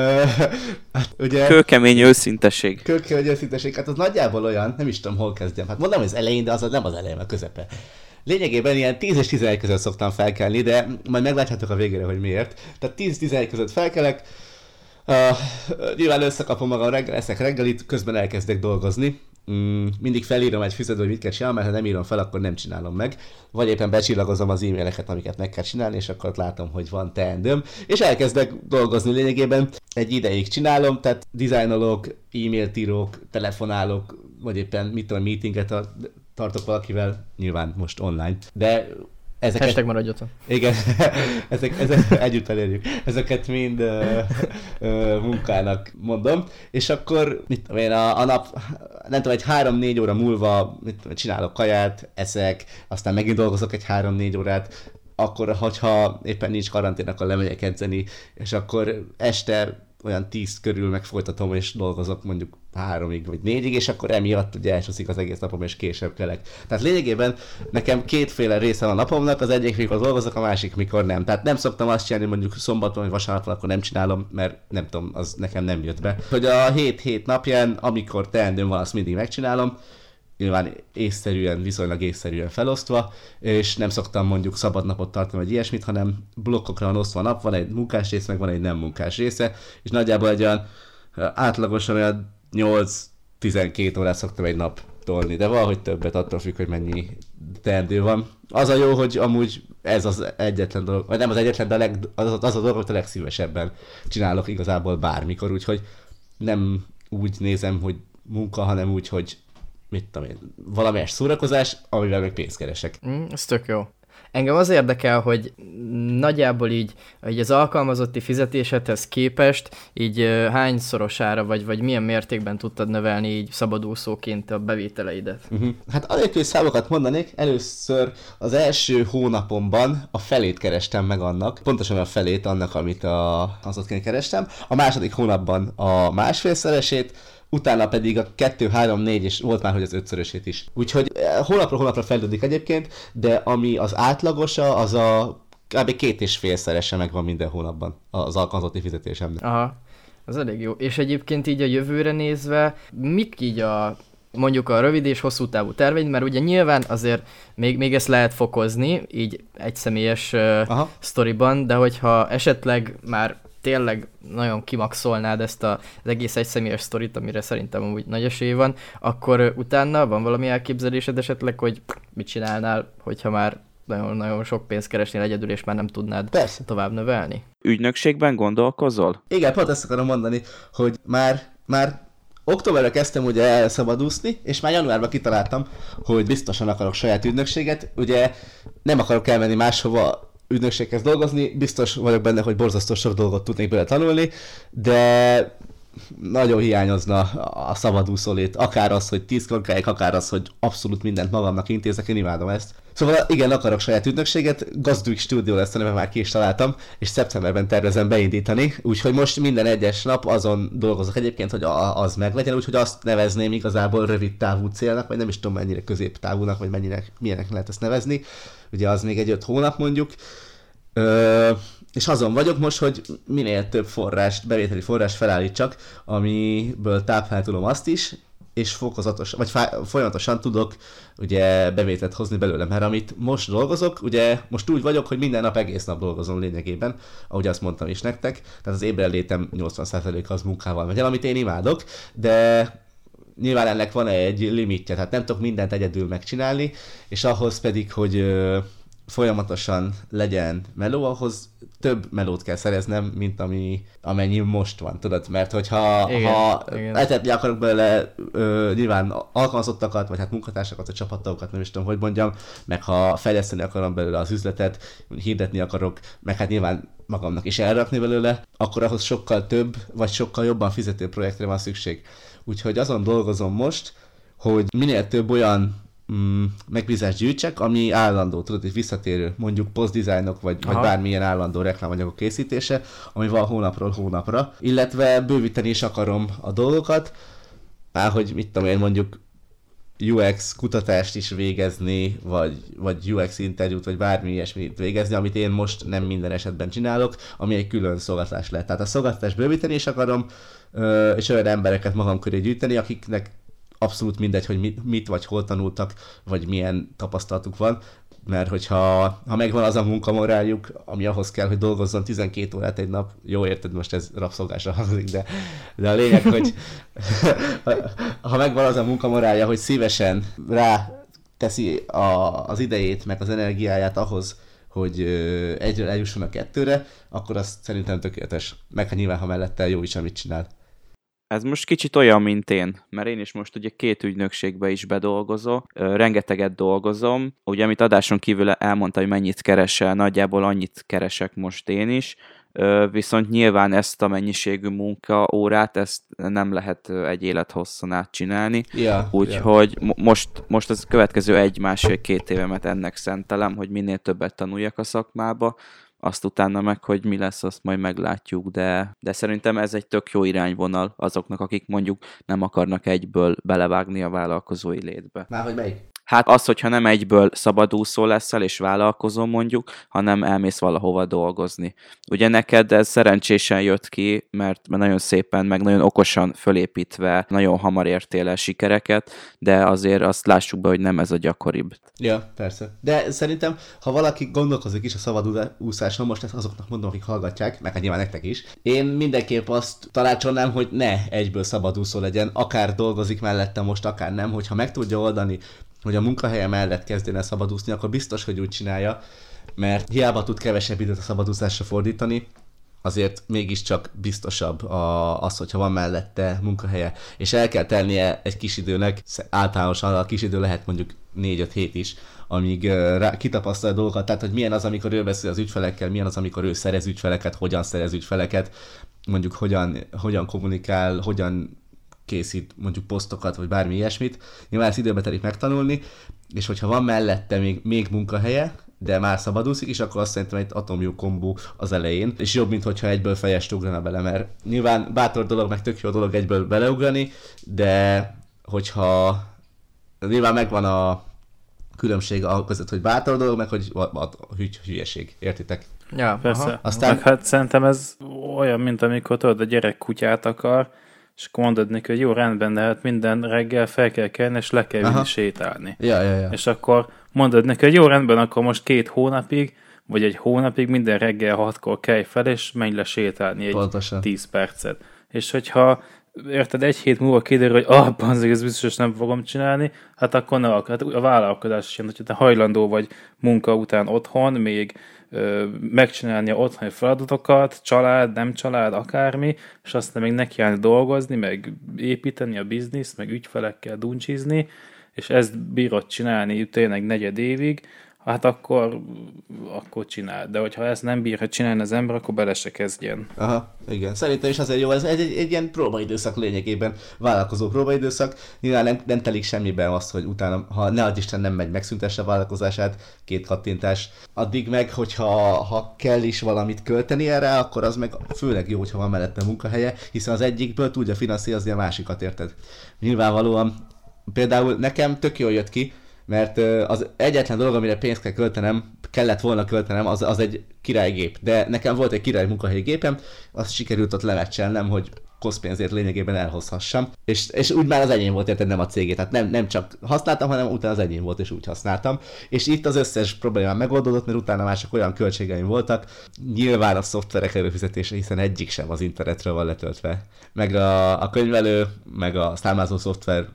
hát, ugye, kőkemény őszinteség. Kőkemény őszinteség, hát az nagyjából olyan, nem is tudom, hol kezdjem. Hát mondom, hogy az elején, de az nem az elején, a közepe. Lényegében ilyen tíz és tizenegy között szoktam felkelni, de majd meglátjátok a végére, hogy miért. Tehát tíz-tizenegy között felkelek, uh, nyilván összekapom magam, reggel, eszek reggelit, közben elkezdek dolgozni. Mm, mindig felírom egy füzetbe, hogy mit kell csinálni, mert ha nem írom fel, akkor nem csinálom meg. Vagy éppen becsillagozom az e-maileket, amiket meg kell csinálni, és akkor látom, hogy van teendőm. És elkezdek dolgozni lényegében. Egy ideig csinálom, tehát dizájnolok, e-mailt írok, telefonálok, vagy éppen mit tudom, meetinget tartok valakivel, nyilván most online, de ezeket... Hashtag maradj otthon. Igen, ezek, ezek, együtt elérjük. Ezeket mind ö, ö, munkának mondom, és akkor mit tudom én, a, a nap, nem tudom, egy három-négy óra múlva mit tudom, csinálok kaját, eszek, aztán megint dolgozok egy három-négy órát, akkor, hogyha éppen nincs karantén, akkor lemegyek edzeni, és akkor este olyan tíz körül megfolytatom, és dolgozok mondjuk háromig vagy négyig, és akkor emiatt ugye elcsúszik az egész napom, és később kelek. Tehát lényegében nekem kétféle része van a napomnak, az egyik mikor dolgozok, a másik mikor nem. Tehát nem szoktam azt csinálni, mondjuk szombaton vagy vasárnapon, akkor nem csinálom, mert nem tudom, az nekem nem jött be. Hogy a hét-hét napján, amikor teendőm van, azt mindig megcsinálom, nyilván észszerűen, viszonylag észszerűen felosztva, és nem szoktam mondjuk szabad napot tartani, vagy ilyesmit, hanem blokkokra van osztva a nap, van egy munkás rész, meg van egy nem munkás része, és nagyjából egy olyan átlagosan olyan nyolc-tizenkét órát szoktam egy nap tolni, de valahogy többet, attól függ, hogy mennyi teendő van. Az a jó, hogy amúgy ez az egyetlen dolog, vagy nem az egyetlen, de a leg, az, az a dolog, amit a legszívesebben csinálok igazából bármikor, úgyhogy nem úgy nézem, hogy munka, hanem úgy, hogy mit tudom én, valamelyes szórakozás, amivel meg pénzt keresek. Mm, ez tök jó. Engem az érdekel, hogy nagyjából így, így az alkalmazotti fizetésedhez képest így uh, hányszorosára, vagy, vagy milyen mértékben tudtad növelni így szabadúszóként a bevételeidet? Uh-huh. Hát anélkül számokat mondanék, először az első hónapomban a felét kerestem meg annak, pontosan a felét annak, amit a, az ott kerestem, a második hónapban a másfélszeresét, utána pedig a kettő, három, négy, és volt már, hogy az ötszörösét is. Úgyhogy hónapról hónapra fejlődik egyébként, de ami az átlagosa, az a kb. Két és félszerese megvan minden hónapban az alkalmazotti fizetésemnek. Aha, az elég jó. És egyébként így a jövőre nézve, mik így a mondjuk a rövid és hosszú távú terveid, mert ugye nyilván azért még, még ezt lehet fokozni, így egy személyes uh, sztoriban, de hogyha esetleg már tényleg nagyon kimaxolnád ezt a, az egész egyszemélyes sztorit, amire szerintem amúgy nagy esély van, akkor utána van valami elképzelésed esetleg, hogy mit csinálnál, hogyha már nagyon-nagyon sok pénzt keresnél egyedül, és már nem tudnád Persze. tovább növelni? Ügynökségben gondolkozol? Igen, pont ezt akarom mondani, hogy már, már októberre kezdtem ugye elszabadúszni, és már januárban kitaláltam, hogy biztosan akarok saját ügynökséget, ugye nem akarok elmenni máshova ügynökséghez dolgozni, biztos vagyok benne, hogy borzasztó sok dolgot tudnék bele tanulni, de nagyon hiányozna a szabadúszólét, akár az, hogy tíz konkáig, akár az, hogy abszolút mindent magamnak intézek, én imádom ezt. Szóval igen, akarok saját ügynökséget, Gazdújk Stúdió lesz, mert már ki is találtam, és szeptemberben tervezem beindítani, úgyhogy most minden egyes nap azon dolgozok egyébként, hogy az meglegyen, úgyhogy azt nevezném igazából rövid távú célnak, vagy nem is tudom mennyire középtávúnak, vagy mennyire, milyenek lehet ezt nevezni, ugye az még egy öt hónap mondjuk. Ö, és azon vagyok most, hogy minél több forrást, bevételi forrást felállítsak, amiből táplálom azt is, és fokozatos, vagy fá- folyamatosan tudok ugye bevételt hozni belőle, mert amit most dolgozok, ugye most úgy vagyok, hogy minden nap egész nap dolgozom lényegében, ahogy azt mondtam is nektek, tehát az ébrenlétem nyolcvan százaléka az munkával megy el, amit én imádok, de nyilván ennek van egy limitje, tehát nem tudok mindent egyedül megcsinálni, és ahhoz pedig, hogy folyamatosan legyen meló, ahhoz több melót kell szereznem, mint ami, amennyi most van, tudod? Mert hogyha igen, ha igen. etetni akarok belőle ö, nyilván alkalmazottakat, vagy hát munkatársakat, vagy csapattagokat, nem is tudom, hogy mondjam, meg ha fejleszteni akarom belőle az üzletet, hirdetni akarok, meg hát nyilván magamnak is elrakni belőle, akkor ahhoz sokkal több, vagy sokkal jobban fizető projektre van szükség. Úgyhogy azon dolgozom most, hogy minél több olyan mm, megbízást gyűjtsek, ami állandó, tudod, hogy visszatérő, mondjuk post-designok, vagy, vagy bármilyen állandó reklámanyagok készítése, ami van hónapról hónapra, illetve bővíteni is akarom a dolgokat, már hogy mit tudom én, mondjuk u eksz kutatást is végezni, vagy, vagy u eksz interjút, vagy bármi ilyesmit végezni, amit én most nem minden esetben csinálok, ami egy külön szolgáltatás lehet. Tehát a szolgáltatást bővíteni is akarom, és olyan embereket magam köré gyűjteni, akiknek abszolút mindegy, hogy mit, mit vagy hol tanultak, vagy milyen tapasztalatuk van, mert hogyha ha megvan az a munkamoráljuk, ami ahhoz kell, hogy dolgozzon tizenkét órát egy nap, jó érted, most ez rabszolgásra hangzik, de, de a lényeg, hogy ha megvan az a munkamorálja, hogy szívesen rá teszi a, az idejét, meg az energiáját ahhoz, hogy egyről eljusson a kettőre, akkor az szerintem tökéletes. Meg hát nyilván, ha mellette jó is, amit csinál. Ez most kicsit olyan, mint én, mert én is most ugye két ügynökségbe is bedolgozom, rengeteget dolgozom, ugye amit adáson kívül elmondta, hogy mennyit keresel, nagyjából annyit keresek most én is, viszont nyilván ezt a mennyiségű munkaórát, ezt nem lehet egy élethosszon át csinálni, yeah, úgyhogy yeah. most, most az következő egy, másfél, két évemet ennek szentelem, hogy minél többet tanuljak a szakmába, azt utána meg, hogy mi lesz, azt majd meglátjuk, de, de szerintem ez egy tök jó irányvonal azoknak, akik mondjuk nem akarnak egyből belevágni a vállalkozói létbe. Márhogy melyik? Hát az, hogyha nem egyből szabadúszó leszel és vállalkozó mondjuk, hanem elmész valahova dolgozni. Ugye neked ez szerencsésen jött ki, mert nagyon szépen, meg nagyon okosan fölépítve, nagyon hamar értél el sikereket, de azért azt lássuk be, hogy nem ez a gyakoribb. Ja, persze. De szerintem, ha valaki gondolkozik is a szabadúszáson, most ezt azoknak mondom, akik hallgatják, meg hát nyilván nektek is, én mindenképp azt tanácsolnám, hogy ne egyből szabadúszó legyen, akár dolgozik mellette most, akár nem, hogyha meg tudja oldani, hogy a munkahelye mellett kezdjen el szabadúszni, akkor biztos, hogy úgy csinálja, mert hiába tud kevesebb időt a szabadúszásra fordítani, azért mégiscsak biztosabb a, az, hogyha van mellette munkahelye, és el kell tennie egy kis időnek, általánosan a kis idő lehet mondjuk négy-öt hét is, amíg uh, rá, kitapasztal a dolgokat, tehát hogy milyen az, amikor ő beszél az ügyfelekkel, milyen az, amikor ő szerez ügyfeleket, hogyan szerez ügyfeleket, mondjuk hogyan, hogyan kommunikál, hogyan készít mondjuk posztokat, vagy bármi ilyesmit. Nyilván ezt időbe telik megtanulni, és hogyha van mellette még, még munkahelye, de már szabadúszik is, akkor azt szerintem egy atomjó kombó az elején, és jobb, mint hogyha egyből fejest ugrana bele, mert nyilván bátor dolog, meg tök jó dolog egyből beleugrani, de hogyha nyilván megvan a különbség a között, hogy bátor dolog, meg hogy a hügy, hülyeség, értitek? Ja, persze. Aztán... Meg hát szerintem ez olyan, mint amikor tudod, a gyerek kutyát akar, és akkor mondod neki, hogy jó, rendben, de hát minden reggel fel kell kelni, és le kell vinni sétálni. Ja, ja, ja. És akkor mondod neki, hogy jó, rendben, akkor most két hónapig, vagy egy hónapig minden reggel hatkor kelj fel, és menj le sétálni egy Pontosan. tíz percet. És hogyha érted, egy hét múlva kiderül, hogy ah, panzik, ez biztos nem fogom csinálni, hát akkor ne, hát a vállalkozás is ilyen, hogyha te hajlandó vagy munka után otthon, még ö, megcsinálni a otthoni feladatokat, család, nem család, akármi, és aztán még nekiállni dolgozni, meg építeni a bizniszt, meg ügyfelekkel duncsizni, és ezt bírod csinálni tényleg negyed évig, hát akkor, akkor csinál. De hogyha ezt nem bírja csinálni az ember, akkor bele se kezdjen. Aha, igen. Szerintem is azért jó, ez egy, egy, egy ilyen próbaidőszak lényegében, vállalkozó próbaidőszak. Nyilván nem, nem telik semmiben az, hogy utána, ha ne adj Isten nem megy, megszüntesse a vállalkozását, két kattintás. Addig meg, hogyha ha kell is valamit költeni erre, akkor az meg főleg jó, hogyha van mellette munkahelye, hiszen az egyikből tudja finanszírozni a másikat, érted? Nyilvánvalóan, például nekem tök jól jött ki, mert az egyetlen dolog, amire pénzt kell költenem, kellett volna költenem, az, az egy királygép. De nekem volt egy király munkahelyi gépem, azt sikerült ott lemecselnem, hogy koszpénzért lényegében elhozhassam. És, és úgy már az enyém volt, érted, nem a cégét. Tehát nem, nem csak használtam, hanem utána az enyém volt, és úgy használtam. És itt az összes problémám megoldódott, mert utána már csak olyan költségeim voltak. Nyilván a szoftverek előfizetése, hiszen egyik sem az internetről van letöltve. Meg a, a könyvelő, meg a számlázó szoftver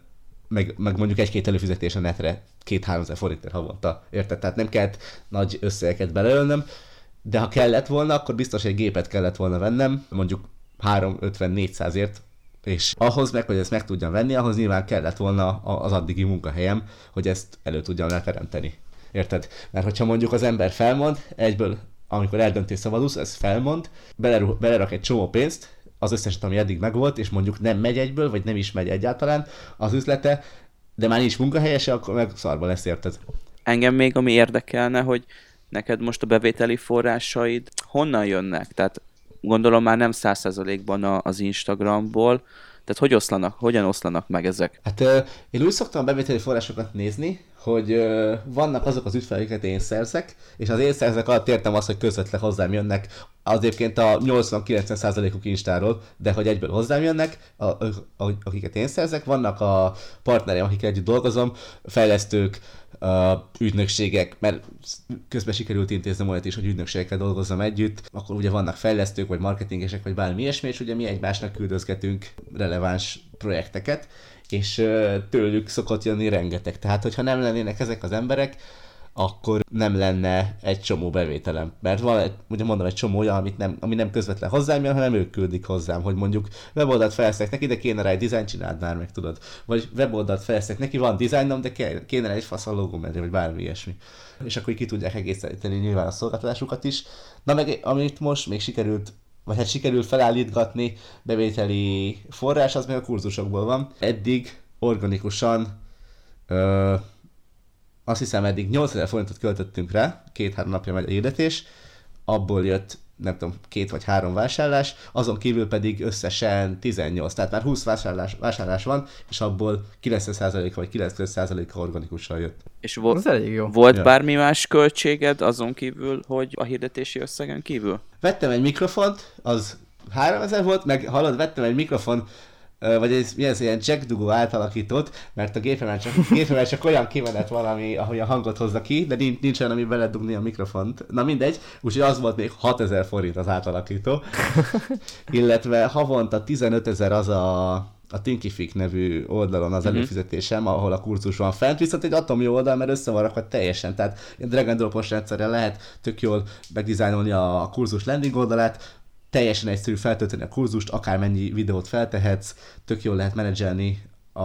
meg, meg mondjuk egy-két előfizetés a netre, két-háromezer forintért havonta, érted? Tehát nem kellett nagy összegeket beleölnöm, de ha kellett volna, akkor biztos egy gépet kellett volna vennem, mondjuk háromszázötven-négyszázért, és ahhoz meg, hogy ezt meg tudjam venni, ahhoz nyilván kellett volna az addigi munkahelyem, hogy ezt elő tudjam leteremteni. Érted? Mert hogyha mondjuk az ember felmond, egyből, amikor eldöntés szabadulsz, ez felmond, beleru- belerak egy csomó pénzt, az összeset, ami eddig megvolt, és mondjuk nem megy egyből, vagy nem is megy egyáltalán az üzlete, de már nincs munkahelyese, akkor meg szarba lesz, érted? Engem még ami érdekelne, hogy neked most a bevételi forrásaid honnan jönnek? Tehát gondolom már nem száz százalékban az Instagramból, tehát hogy oszlanak, hogyan oszlanak meg ezek? Hát euh, én úgy szoktam a bevételi forrásokat nézni, hogy euh, vannak azok az ügyfeleiket én szerzek, és az én szerzek alatt értem azt, hogy közvetlen hozzám jönnek, az egyébként a nyolcvan-kilencven százalékuk Instáról, de hogy egyből hozzám jönnek, a, a, a, akiket én szerzek, vannak a partnereim, akikkel együtt dolgozom, fejlesztők, Uh, ügynökségek, mert közben sikerült intéznem olyat is, hogy ügynökségekkel dolgozzam együtt, akkor ugye vannak fejlesztők, vagy marketingesek, vagy bármi ilyesmi, és ugye mi egymásnak küldözgetünk releváns projekteket, és uh, tőlük szokott jönni rengeteg. Tehát, hogyha nem lennének ezek az emberek, akkor nem lenne egy csomó bevételem. Mert van, egy, ugye mondom, egy csomó olyan, amit nem, ami nem közvetlen hozzám jön, hanem ők küldik hozzám, hogy mondjuk weboldalt fejlesztek neki, de kéne rá egy dizájn, csináld már meg, tudod. Vagy weboldalt fejlesztek neki, van dizájnom, de kéne rá egy fasz a logó mellé, vagy bármi ilyesmi. És akkor ki tudják egészíteni nyilván a szolgáltatásukat is. Na meg amit most még sikerült, vagy hát sikerült felállítgatni, bevételi forrás, az meg a kurzusokból van. Eddig organikusan ö, azt hiszem, eddig nyolcezer forintot költöttünk rá, két-három napja megy a hirdetés, abból jött, nem tudom, két vagy három vásárlás, azon kívül pedig összesen tizennyolc, tehát már húsz vásárlás, vásárlás van, és abból kilencven százalék vagy kilencven százalék organikusan jött. És vo- Ez elég jó. volt Ja. bármi más költséged azon kívül, hogy a hirdetési összegen kívül? Vettem egy mikrofont, az háromezer volt, meg hallod, vettem egy mikrofon, vagy ez, mi ez ilyen Jack Dugó átalakított, mert a gépemen csak, gépemen csak olyan kimenet van, ami, ahogy a hangot hozza ki, de nincs, nincs olyan, ami beledugni a mikrofont. Na mindegy, úgyhogy az volt még hatezer forint az átalakító. Illetve havonta tizenötezer az a, a Thinkific nevű oldalon az előfizetésem, ahol a kurzus van fent, viszont egy atomi oldal, mert össze van rakva teljesen, tehát drag and drop-os rendszerrel lehet tök jól megdizájnolni a kurzus landing oldalát, teljesen egyszerű feltölteni a kurzust, akármennyi videót feltehetsz, tök jól lehet menedzselni a,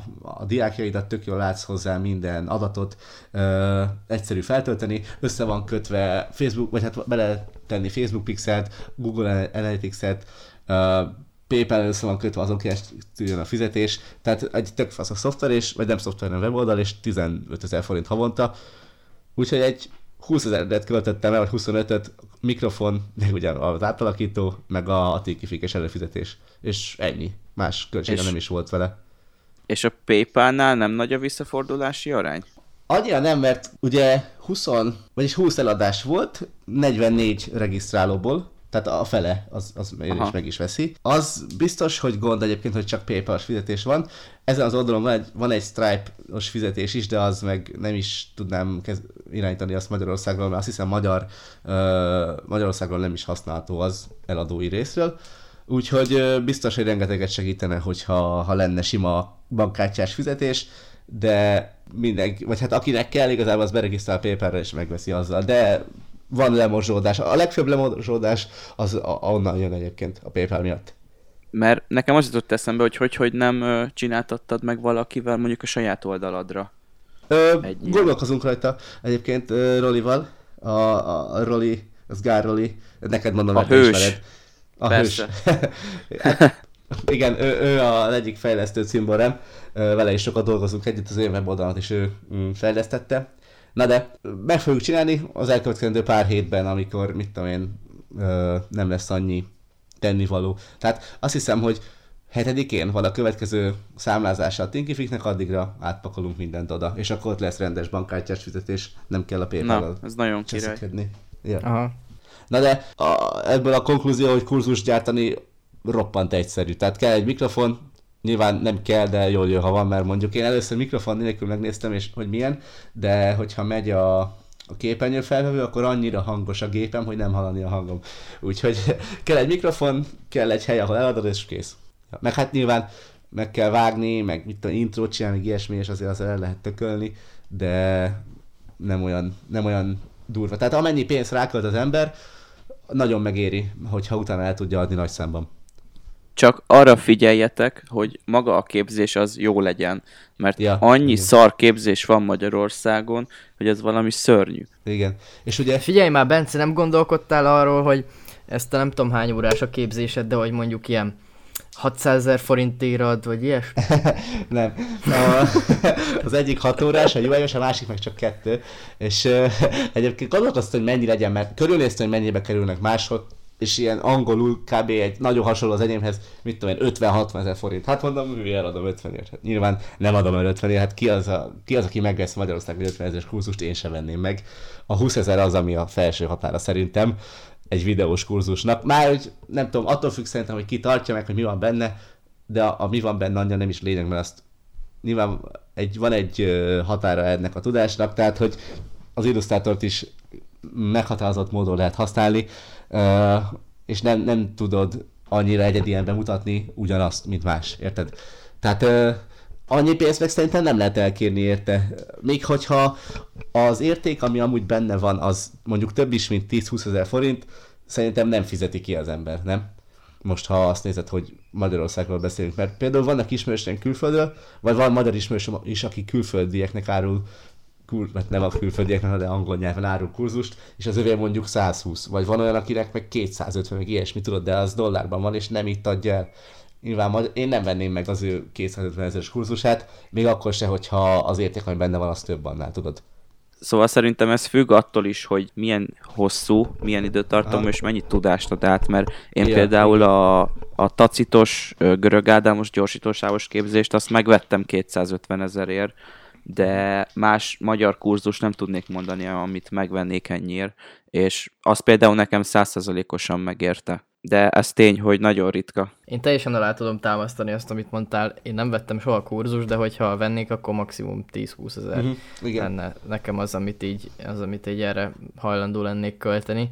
a diákjaidat, tök jól látsz hozzá minden adatot, ö, egyszerű feltölteni, össze van kötve Facebook, vagy hát bele tenni Facebook Pixelt, Google Analytics-et, ö, PayPal össze van kötve, azon keresztül a fizetés, tehát egy tök fasz a szoftver, és, vagy nem szoftver, hanem weboldal, és tizenötezer forint havonta, úgyhogy egy húszezeret költöttem el, vagy huszonötöt, mikrofon, meg ugye az átalakító, meg a, a Thinkific-es előfizetés. És ennyi. Más költsége és, nem is volt vele. És a PayPal-nál nem nagy a visszafordulási arány? Annyira nem, mert ugye húsz, vagyis húsz eladás volt, negyvennégy regisztrálóból, tehát a fele, az, az is meg is veszi. Az biztos, hogy gond egyébként, hogy csak PayPal-os fizetés van. Ezen az oldalon van egy, van egy Stripe-os fizetés is, de az meg nem is tudnám kez- irányítani azt Magyarországról, mert azt hiszem Magyar, uh, Magyarországról nem is használható az eladói részről. Úgyhogy uh, biztos, hogy rengeteget segítene, hogyha ha lenne sima bankkártyás fizetés, de mindenki, vagy hát akinek kell, igazából az beregisztrál PayPal-re és megveszi azzal, de van lemorzsódás. A legfőbb lemorzsódás az onnan jön egyébként a PayPal miatt. Mert nekem az jutott eszembe, hogy hogy, hogy nem ö, csináltattad meg valakivel mondjuk a saját oldaladra. Ö, gondolkozunk rajta egyébként ö, Rolival. A, a, a Roli, az Gár Roli, neked mondom, a hős. Ismered. A Persze. hős. Hát, igen, ő, ő az egyik fejlesztő cimborem, vele is sokat dolgozunk együtt, az én weboldalat is ő mm, fejlesztette. Na de meg fogjuk csinálni az elkövetkezendő pár hétben, amikor, mit tudom én, ö, nem lesz annyi tennivaló. Tehát azt hiszem, hogy hetedikén van a következő számlázása a Thinkificnek, addigra átpakolunk mindent oda, és akkor ott lesz rendes bankkártyás fizetés, nem kell a PayPal-al. Na, ez nagyon király. Ja. Aha. Na de a, ebből a konklúzió, hogy kurzust gyártani roppant egyszerű. Tehát kell egy mikrofon, nyilván nem kell, de jól jön, ha van, mert mondjuk én először mikrofon nélkül megnéztem, és hogy milyen, de hogyha megy a, a képernyőfelvevő, akkor annyira hangos a gépem, hogy nem hallani a hangom. Úgyhogy kell egy mikrofon, kell egy hely, ahol eladod, és kész. Meg hát nyilván meg kell vágni, meg mit tudom, intrót csinálni, ilyesmi, és azért azért el lehet tökölni, de nem olyan, nem olyan durva. Tehát amennyi pénzt rákölt az ember, nagyon megéri, hogyha utána el tudja adni nagy számban. Csak arra figyeljetek, hogy maga a képzés az jó legyen, mert ja, annyi igen. szar képzés van Magyarországon, hogy ez valami szörnyű. Igen. És ugye... Figyelj már, Bence, nem gondolkodtál arról, hogy ezt a nem tudom hány órás a képzésed, de hogy mondjuk ilyen hatszázezer forintért ad, vagy ilyesmi? Nem. A, az egyik hat órás, a u i-os, a másik meg csak kettő. És uh, egyébként gondolkoztam, hogy mennyi legyen, mert körülnéztem, hogy mennyibe kerülnek máshol, és ilyen angolul kb. Egy nagyon hasonló az enyémhez, mit tudom én, ötven-hatvan ezer forint. Hát mondom, hogy eladom ötvenért. Hát nyilván nem adom el ötvenért, hát ki az, a, ki az, aki megvesz Magyarországon ötven ezeres kurzust, én sem venném meg. A húszezer az, ami a felső határa szerintem egy videós kurzusnak. Már, hogy nem tudom, attól függ szerintem, hogy ki tartja meg, hogy mi van benne, de a, a mi van benne annyira nem is lényeg, mert azt nyilván egy, van egy határa ennek a tudásnak, tehát hogy az illusztrátort is meghatározott módon lehet használni, és nem, nem tudod annyira egyedien bemutatni ugyanazt, mint más, érted? Tehát annyi pénzt meg szerintem nem lehet elkérni érte. Még hogyha az érték, ami amúgy benne van, az mondjuk több is, mint tíz-húsz ezer forint, szerintem nem fizeti ki az ember, nem? Most ha azt nézed, hogy Magyarországról beszélünk, mert például vannak ismerőseim külföldről, vagy van magyar ismerősöm is, aki külföldieknek árul, kül, mert nem a külföldieknek, de angol nyelven árul kurzust, és az övé mondjuk száz húsz, vagy van olyan, akinek meg kétszázötven, meg ilyesmi, tudod, de az dollárban van, és nem itt adja el. Nyilván én nem venném meg az ő kétszázötven ezeres kurzusát, még akkor se, hogyha az érték, ami benne van, az több annál, tudod. Szóval szerintem ez függ attól is, hogy milyen hosszú, milyen időtartamú és mennyi tudást ad át, mert én ja, például a, a tacitos, görög ádámos, gyorsítósávos képzést azt megvettem kétszázötven ezerért, de más magyar kurzus nem tudnék mondani, amit megvennék ennyiért, és az például nekem száz százalékosan megérte. De ez tény, hogy nagyon ritka. Én teljesen alá tudom támasztani azt, amit mondtál. Én nem vettem soha kurzus, de hogyha vennék, akkor maximum tíz-húsz ezer uh-huh, lenne nekem az, amit így, az, amit így erre hajlandó lennék költeni,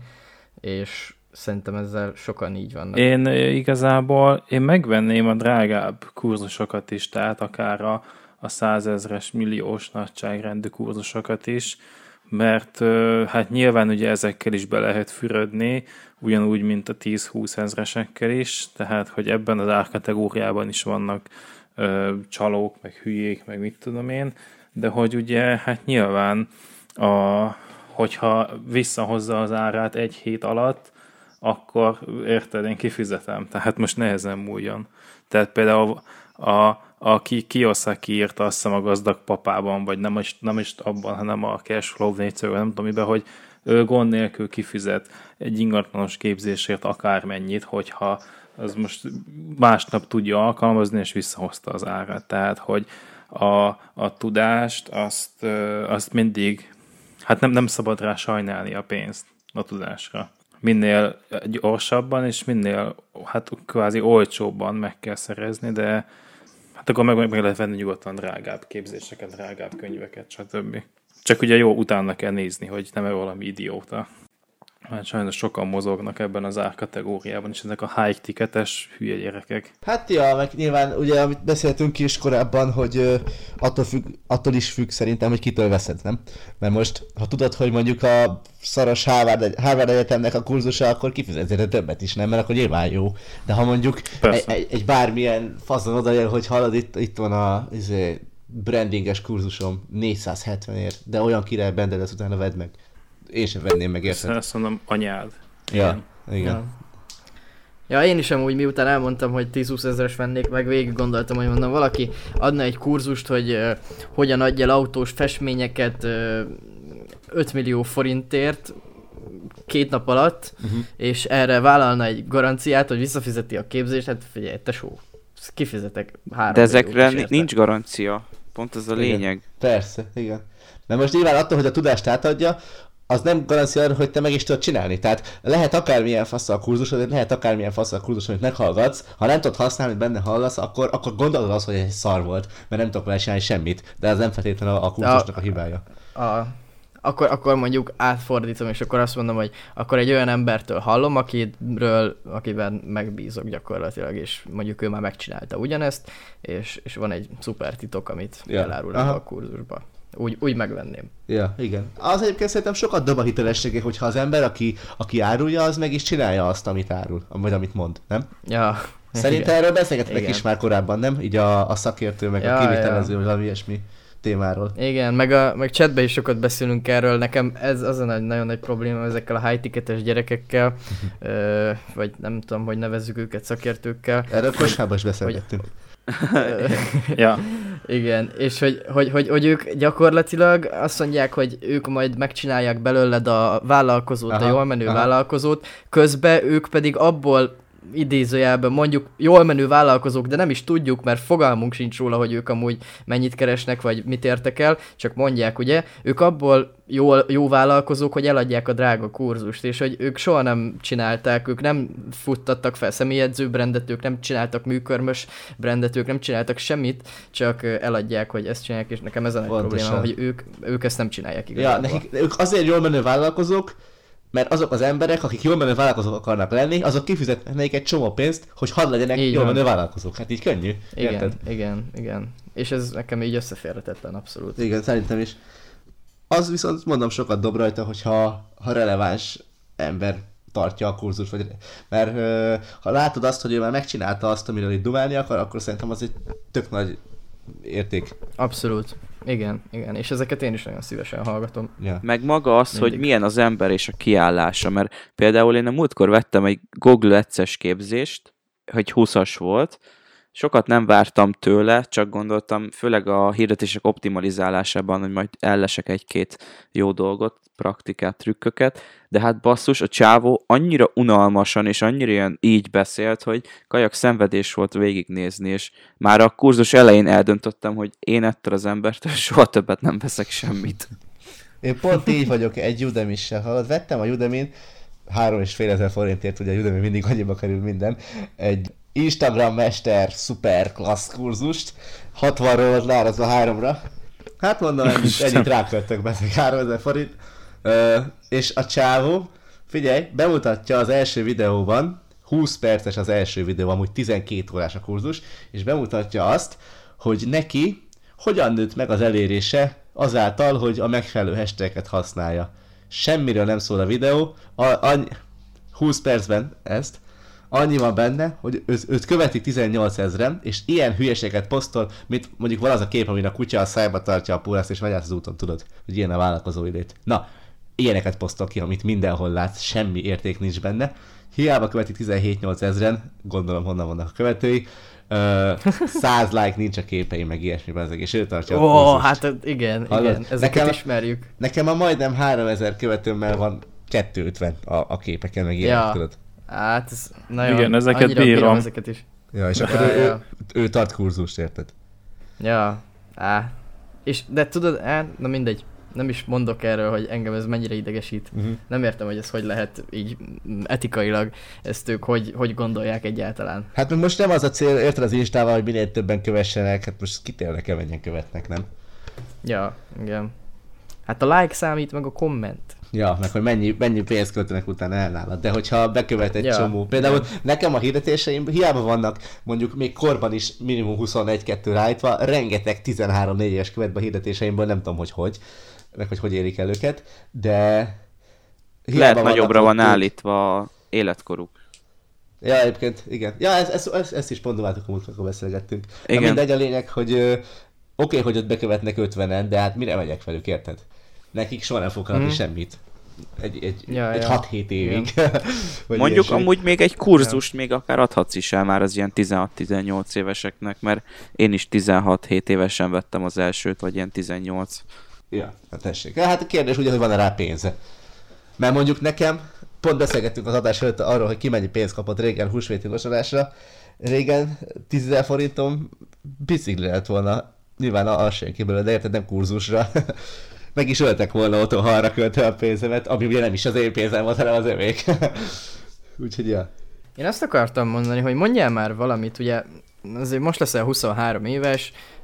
és szerintem ezzel sokan így vannak. Én igazából, én megvenném a drágább kurzusokat is, tehát akár a, a százezres, milliós nagyságrendű kurzusokat is, mert hát nyilván ugye ezekkel is be lehet fürödni, ugyanúgy, mint a tíz-húsz ezresekkel is, tehát, hogy ebben az árkategóriában is vannak ö, csalók, meg hülyék, meg mit tudom én, de hogy ugye, hát nyilván, a, hogyha visszahozza az árát egy hét alatt, akkor érted, én kifizetem, tehát most nehezen múljon. Tehát például a aki Kiyosaki írta, azt hiszem a Gazdag papában, vagy nem is, nem is abban, hanem a Cashflow négyször, nem tudom miben, hogy ő gond nélkül kifizet egy ingatlanos képzésért akármennyit, hogyha az most másnap tudja alkalmazni, és visszahozta az árát. Tehát, hogy a, a tudást, azt, azt mindig, hát nem, nem szabad rá sajnálni a pénzt a tudásra. Minél gyorsabban, és minél hát kvázi olcsóbban meg kell szerezni, de hát akkor meg, meg lehet venni nyugodtan drágább képzéseket, drágább könyveket, stb. Csak ugye jó, utána kell nézni, hogy nem-e valami idióta. Hát sajnos sokan mozognak ebben az árkategóriában, és ezek a high ticketes hülye gyerekek. Hát ja, meg nyilván ugye, amit beszéltünk is korábban, hogy uh, attól, függ, attól is függ szerintem, hogy kitől veszed, nem? Mert most, ha tudod, hogy mondjuk a szaros Harvard, Harvard Egyetemnek a kurzusa, akkor kifizetsz többet is, nem? Mert akkor nyilván jó. De ha mondjuk egy, egy, egy bármilyen fazon odajön, hogy hallod, itt, itt van a izé, brandinges kurzusom négyszázhetvenért, de olyan király benne lesz, utána vedd meg. Én sem venném meg, érted? Azt mondom, anyád. Ja, igen. Ja. ja, én is amúgy miután elmondtam, hogy tíz-húsz ezeres vennék, meg végig gondoltam, hogy mondom, valaki adna egy kurzust, hogy uh, hogyan adja el autós festményeket uh, öt millió forintért két nap alatt, uh-huh. és erre vállalna egy garanciát, hogy visszafizeti a képzést, hát figyelj, tesó, kifizetek három. De ezekre nincs garancia, pont ez a lényeg. Igen. Persze, igen. De most nyilván attól, hogy a tudást átadja, az nem garancia arra, hogy te meg is tudod csinálni. Tehát lehet akármilyen fasz a kurzus, lehet akármilyen fasz a kurzus, amit meghallgatsz, ha nem tudod használni, hogy benne hallasz, akkor, akkor gondolod azt, hogy egy szar volt, mert nem tudok vele csinálni semmit. De ez nem feltétlenül a kurzusnak a hibája. A, akkor, akkor mondjuk átfordítom, és akkor azt mondom, hogy akkor egy olyan embertől hallom, akiről, akiben megbízok gyakorlatilag, és mondjuk ő már megcsinálta ugyanezt, és, és van egy szuper titok, amit ja. elárul a kurzusba. Úgy, úgy megvenném. Ja, igen. Az egyébként szerintem sokat dob a hitelessége, hogyha az ember, aki, aki árulja, az meg is csinálja azt, amit árul, vagy amit mond, nem? Ja. Szerintem erről beszélgettek is már korábban, nem? Így a, a szakértő, meg ja, a kivitelező, ja. vagy valami ilyesmi témáról. Igen, meg, a, meg chatben is sokat beszélünk erről. Nekem ez az a nagy, nagyon nagy probléma ezekkel a high-ticketes gyerekekkel, ö, vagy nem tudom, hogy nevezzük őket szakértőkkel. Erről kosmában is beszélgettünk. ja. Igen, és hogy, hogy, hogy, hogy ők gyakorlatilag azt mondják, hogy ők majd megcsinálják belőled a vállalkozót, aha, a jól menő aha. vállalkozót, közben ők pedig abból idézőjelben mondjuk jól menő vállalkozók, de nem is tudjuk, mert fogalmunk sincs róla, hogy ők amúgy mennyit keresnek, vagy mit értek el, csak mondják, ugye, ők abból jól, jó vállalkozók, hogy eladják a drága kurzust, és hogy ők soha nem csinálták, ők nem futtattak fel személyedző brandet, ők nem csináltak műkörmös brandet, ők nem csináltak semmit, csak eladják, hogy ezt csinálják, és nekem ez a nagy probléma, hogy ők, ők ezt nem csinálják igazából. Ja, nekik, ők azért jól menő vállalkozók, mert azok az emberek, akik jól menő vállalkozók akarnak lenni, azok kifizetnek egy csomó pénzt, hogy hadd legyenek így jól menő vállalkozók. Hát így könnyű. Igen, érted? igen, igen. És ez nekem így összeférhetetlen abszolút. Igen, szerintem is. Az viszont mondom sokat dob rajta, hogyha ha releváns ember tartja a kurzus, vagy, mert ö, ha látod azt, hogy ő már megcsinálta azt, amiről itt dumálni akar, akkor szerintem az egy tök nagy érték. Abszolút. Igen, igen, és ezeket én is nagyon szívesen hallgatom. Yeah. Meg maga az, mindig. Hogy milyen az ember és a kiállása, mert például én a múltkor vettem egy Google Ads-es képzést, hogy húszas volt, sokat nem vártam tőle, csak gondoltam, főleg a hirdetések optimalizálásában, hogy majd ellesek egy-két jó dolgot, praktikát, trükköket, de hát basszus, a csávó annyira unalmasan és annyira ilyen így beszélt, hogy kajak szenvedés volt végignézni, és már a kurzus elején eldöntöttem, hogy én ettől az embertől soha többet nem veszek semmit. Én pont így vagyok egy Udemy-sel, hallod, vettem a Udemy-n három és fél ezer forintért, ugye a Udemy mindig annyiba kerül minden, egy Instagram mester szuper klassz kurzust, hatvanról leárazva háromra. Hát mondom, ennyit, ennyit ráköltök be, háromezer forint. Ö, és a csávó, figyelj, bemutatja az első videóban, húsz perces az első videó, amúgy tizenkét órás a kurzus, és bemutatja azt, hogy neki hogyan nőtt meg az elérése azáltal, hogy a megfelelő hashtageket használja. Semmiről nem szól a videó, a, a, húsz percben ezt, annyi van benne, hogy őt, őt követik tizennyolc ezren, és ilyen hülyeséget posztol, mint mondjuk van az a kép, amin a kutya a szájba tartja a pólászt, és megy át az úton, tudod, hogy ilyen a vállalkozói lét. Na, ilyeneket posztol ki, amit mindenhol látsz, semmi érték nincs benne. Hiába követik tizenhét-nyolc ezren, gondolom honnan vannak a követői, száz like nincs a képeim, meg ilyesmiben ezek, és ő tartja a kurzust. Ó, hát igen, hallod? Igen, ezeket nekem, ismerjük. Nekem a majdnem háromezer követőmmel van kétszázötven a, a képeken, meg ilyenek, ja. Tudod. Hát, ez nagyon, igen, ezeket bírom. bírom ezeket is. Ja, és akkor ja, ő, ja. ő, ő tart kurzust, érted? Ja, á. És, de tudod, á, na mindegy, nem is mondok erről, hogy engem ez mennyire idegesít. Uh-huh. Nem értem, hogy ez hogy lehet így etikailag, ezt ők hogy, hogy gondolják egyáltalán. Hát most nem az a cél, érted az Instával, hogy minél többen kövessenek, hát most kitérnek el, menjen követnek, nem? Ja, igen. Hát a like számít, meg a komment. Ja, meg hogy mennyi, mennyi pénzt költenek utána el nálad. De hogyha bekövet egy ja. csomó. Például ja. nekem a hirdetéseim hiába vannak mondjuk még korban is minimum huszonegy-kettő rájtva, rengeteg tizenhárom-négy éves követve a hirdetéseimből, nem tudom, hogy hogy, meg hogy hogy érik el őket, de lehet nagyobbra van állítva életkoruk. Ja, egyébként, igen. Ja, ezt, ezt, ezt, ezt is pontomáltuk, amikor beszélgettünk. Igen. Na mindegy, a lényeg, hogy oké, okay, hogy ott bekövetnek ötvenen, de hát mire megyek velük, érted? Nekik soha nem fog kapni hmm. semmit. Egy, egy, ja, egy ja. hat-hét évig. Mondjuk ilyesmi. Amúgy még egy kurzust ja. még akár adhatsz is el már az ilyen tizenhat-tizennyolc éveseknek, mert én is tizenhat-hét évesen vettem az elsőt, vagy ilyen tizennyolc. Ja, hát tessék. Hát a kérdés ugye, hogy van-e rá pénze. Mert mondjuk nekem, pont beszélgettünk az adás előtt arról, hogy ki mennyi pénzt kapott régen húsvéti losodásra. Régen tízezer forintom bicikli lett volna. Nyilván az sem ki belőle, de érted, nem kurzusra. Meg is öltek volna otthon, ha arra költöm a pénzemet, ami ugye nem is az én pénzem volt, hanem az övék. Úgyhogy ja. Én azt akartam mondani, hogy mondjál már valamit, ugye azért most leszel huszonhárom éves,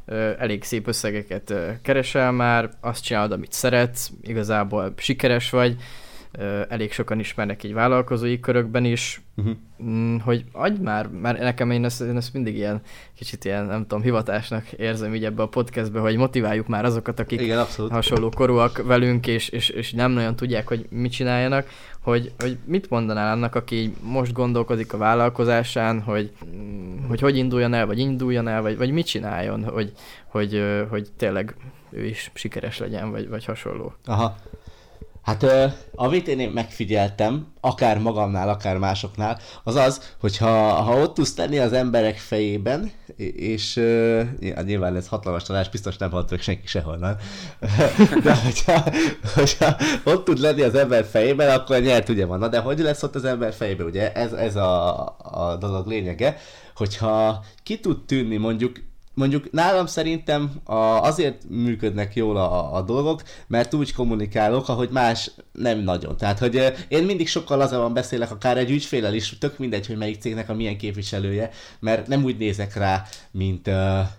ö, elég szép összegeket ö, keresel már, azt csinálod, amit szeretsz, igazából sikeres vagy, ö, elég sokan ismernek így vállalkozói körökben is, uh-huh. mm, hogy adj már, mert nekem én ezt, én ezt mindig ilyen, kicsit ilyen, nem tudom, hivatásnak érzem így ebbe a podcastbe, hogy motiváljuk már azokat, akik Igen, hasonló korúak velünk, és, és, és nem nagyon tudják, hogy mit csináljanak, hogy, hogy mit mondanál annak, aki most gondolkodik a vállalkozásán, hogy hogy, hogy induljon el, vagy induljon el, vagy, vagy mit csináljon, hogy, hogy, hogy tényleg ő is sikeres legyen, vagy, vagy hasonló. Aha. Hát uh, amit én megfigyeltem, akár magamnál, akár másoknál, az az, hogy ha, ha ott tudsz tenni az emberek fejében, és uh, nyilván ez hatalmas tanács, biztos nem hallott senki sehol, nem? De hogyha, hogyha ott tud lenni az ember fejében, akkor nyert ugye van. Na de hogy lesz ott az ember fejében, ugye? Ez, ez a, a dolog lényege, hogyha ki tud tűnni mondjuk, Mondjuk nálam szerintem a, azért működnek jól a, a dolgok, mert úgy kommunikálok, ahogy más nem nagyon. Tehát, hogy én mindig sokkal lazábban beszélek, akár egy ügyféllel is, tök mindegy, hogy melyik cégnek a milyen képviselője, mert nem úgy nézek rá, mint,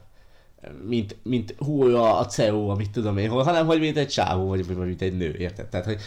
mint, mint hú, a cé e o, amit tudom én hol, hanem hogy mint egy csávó, vagy mint egy nő, érted? Tehát, hogy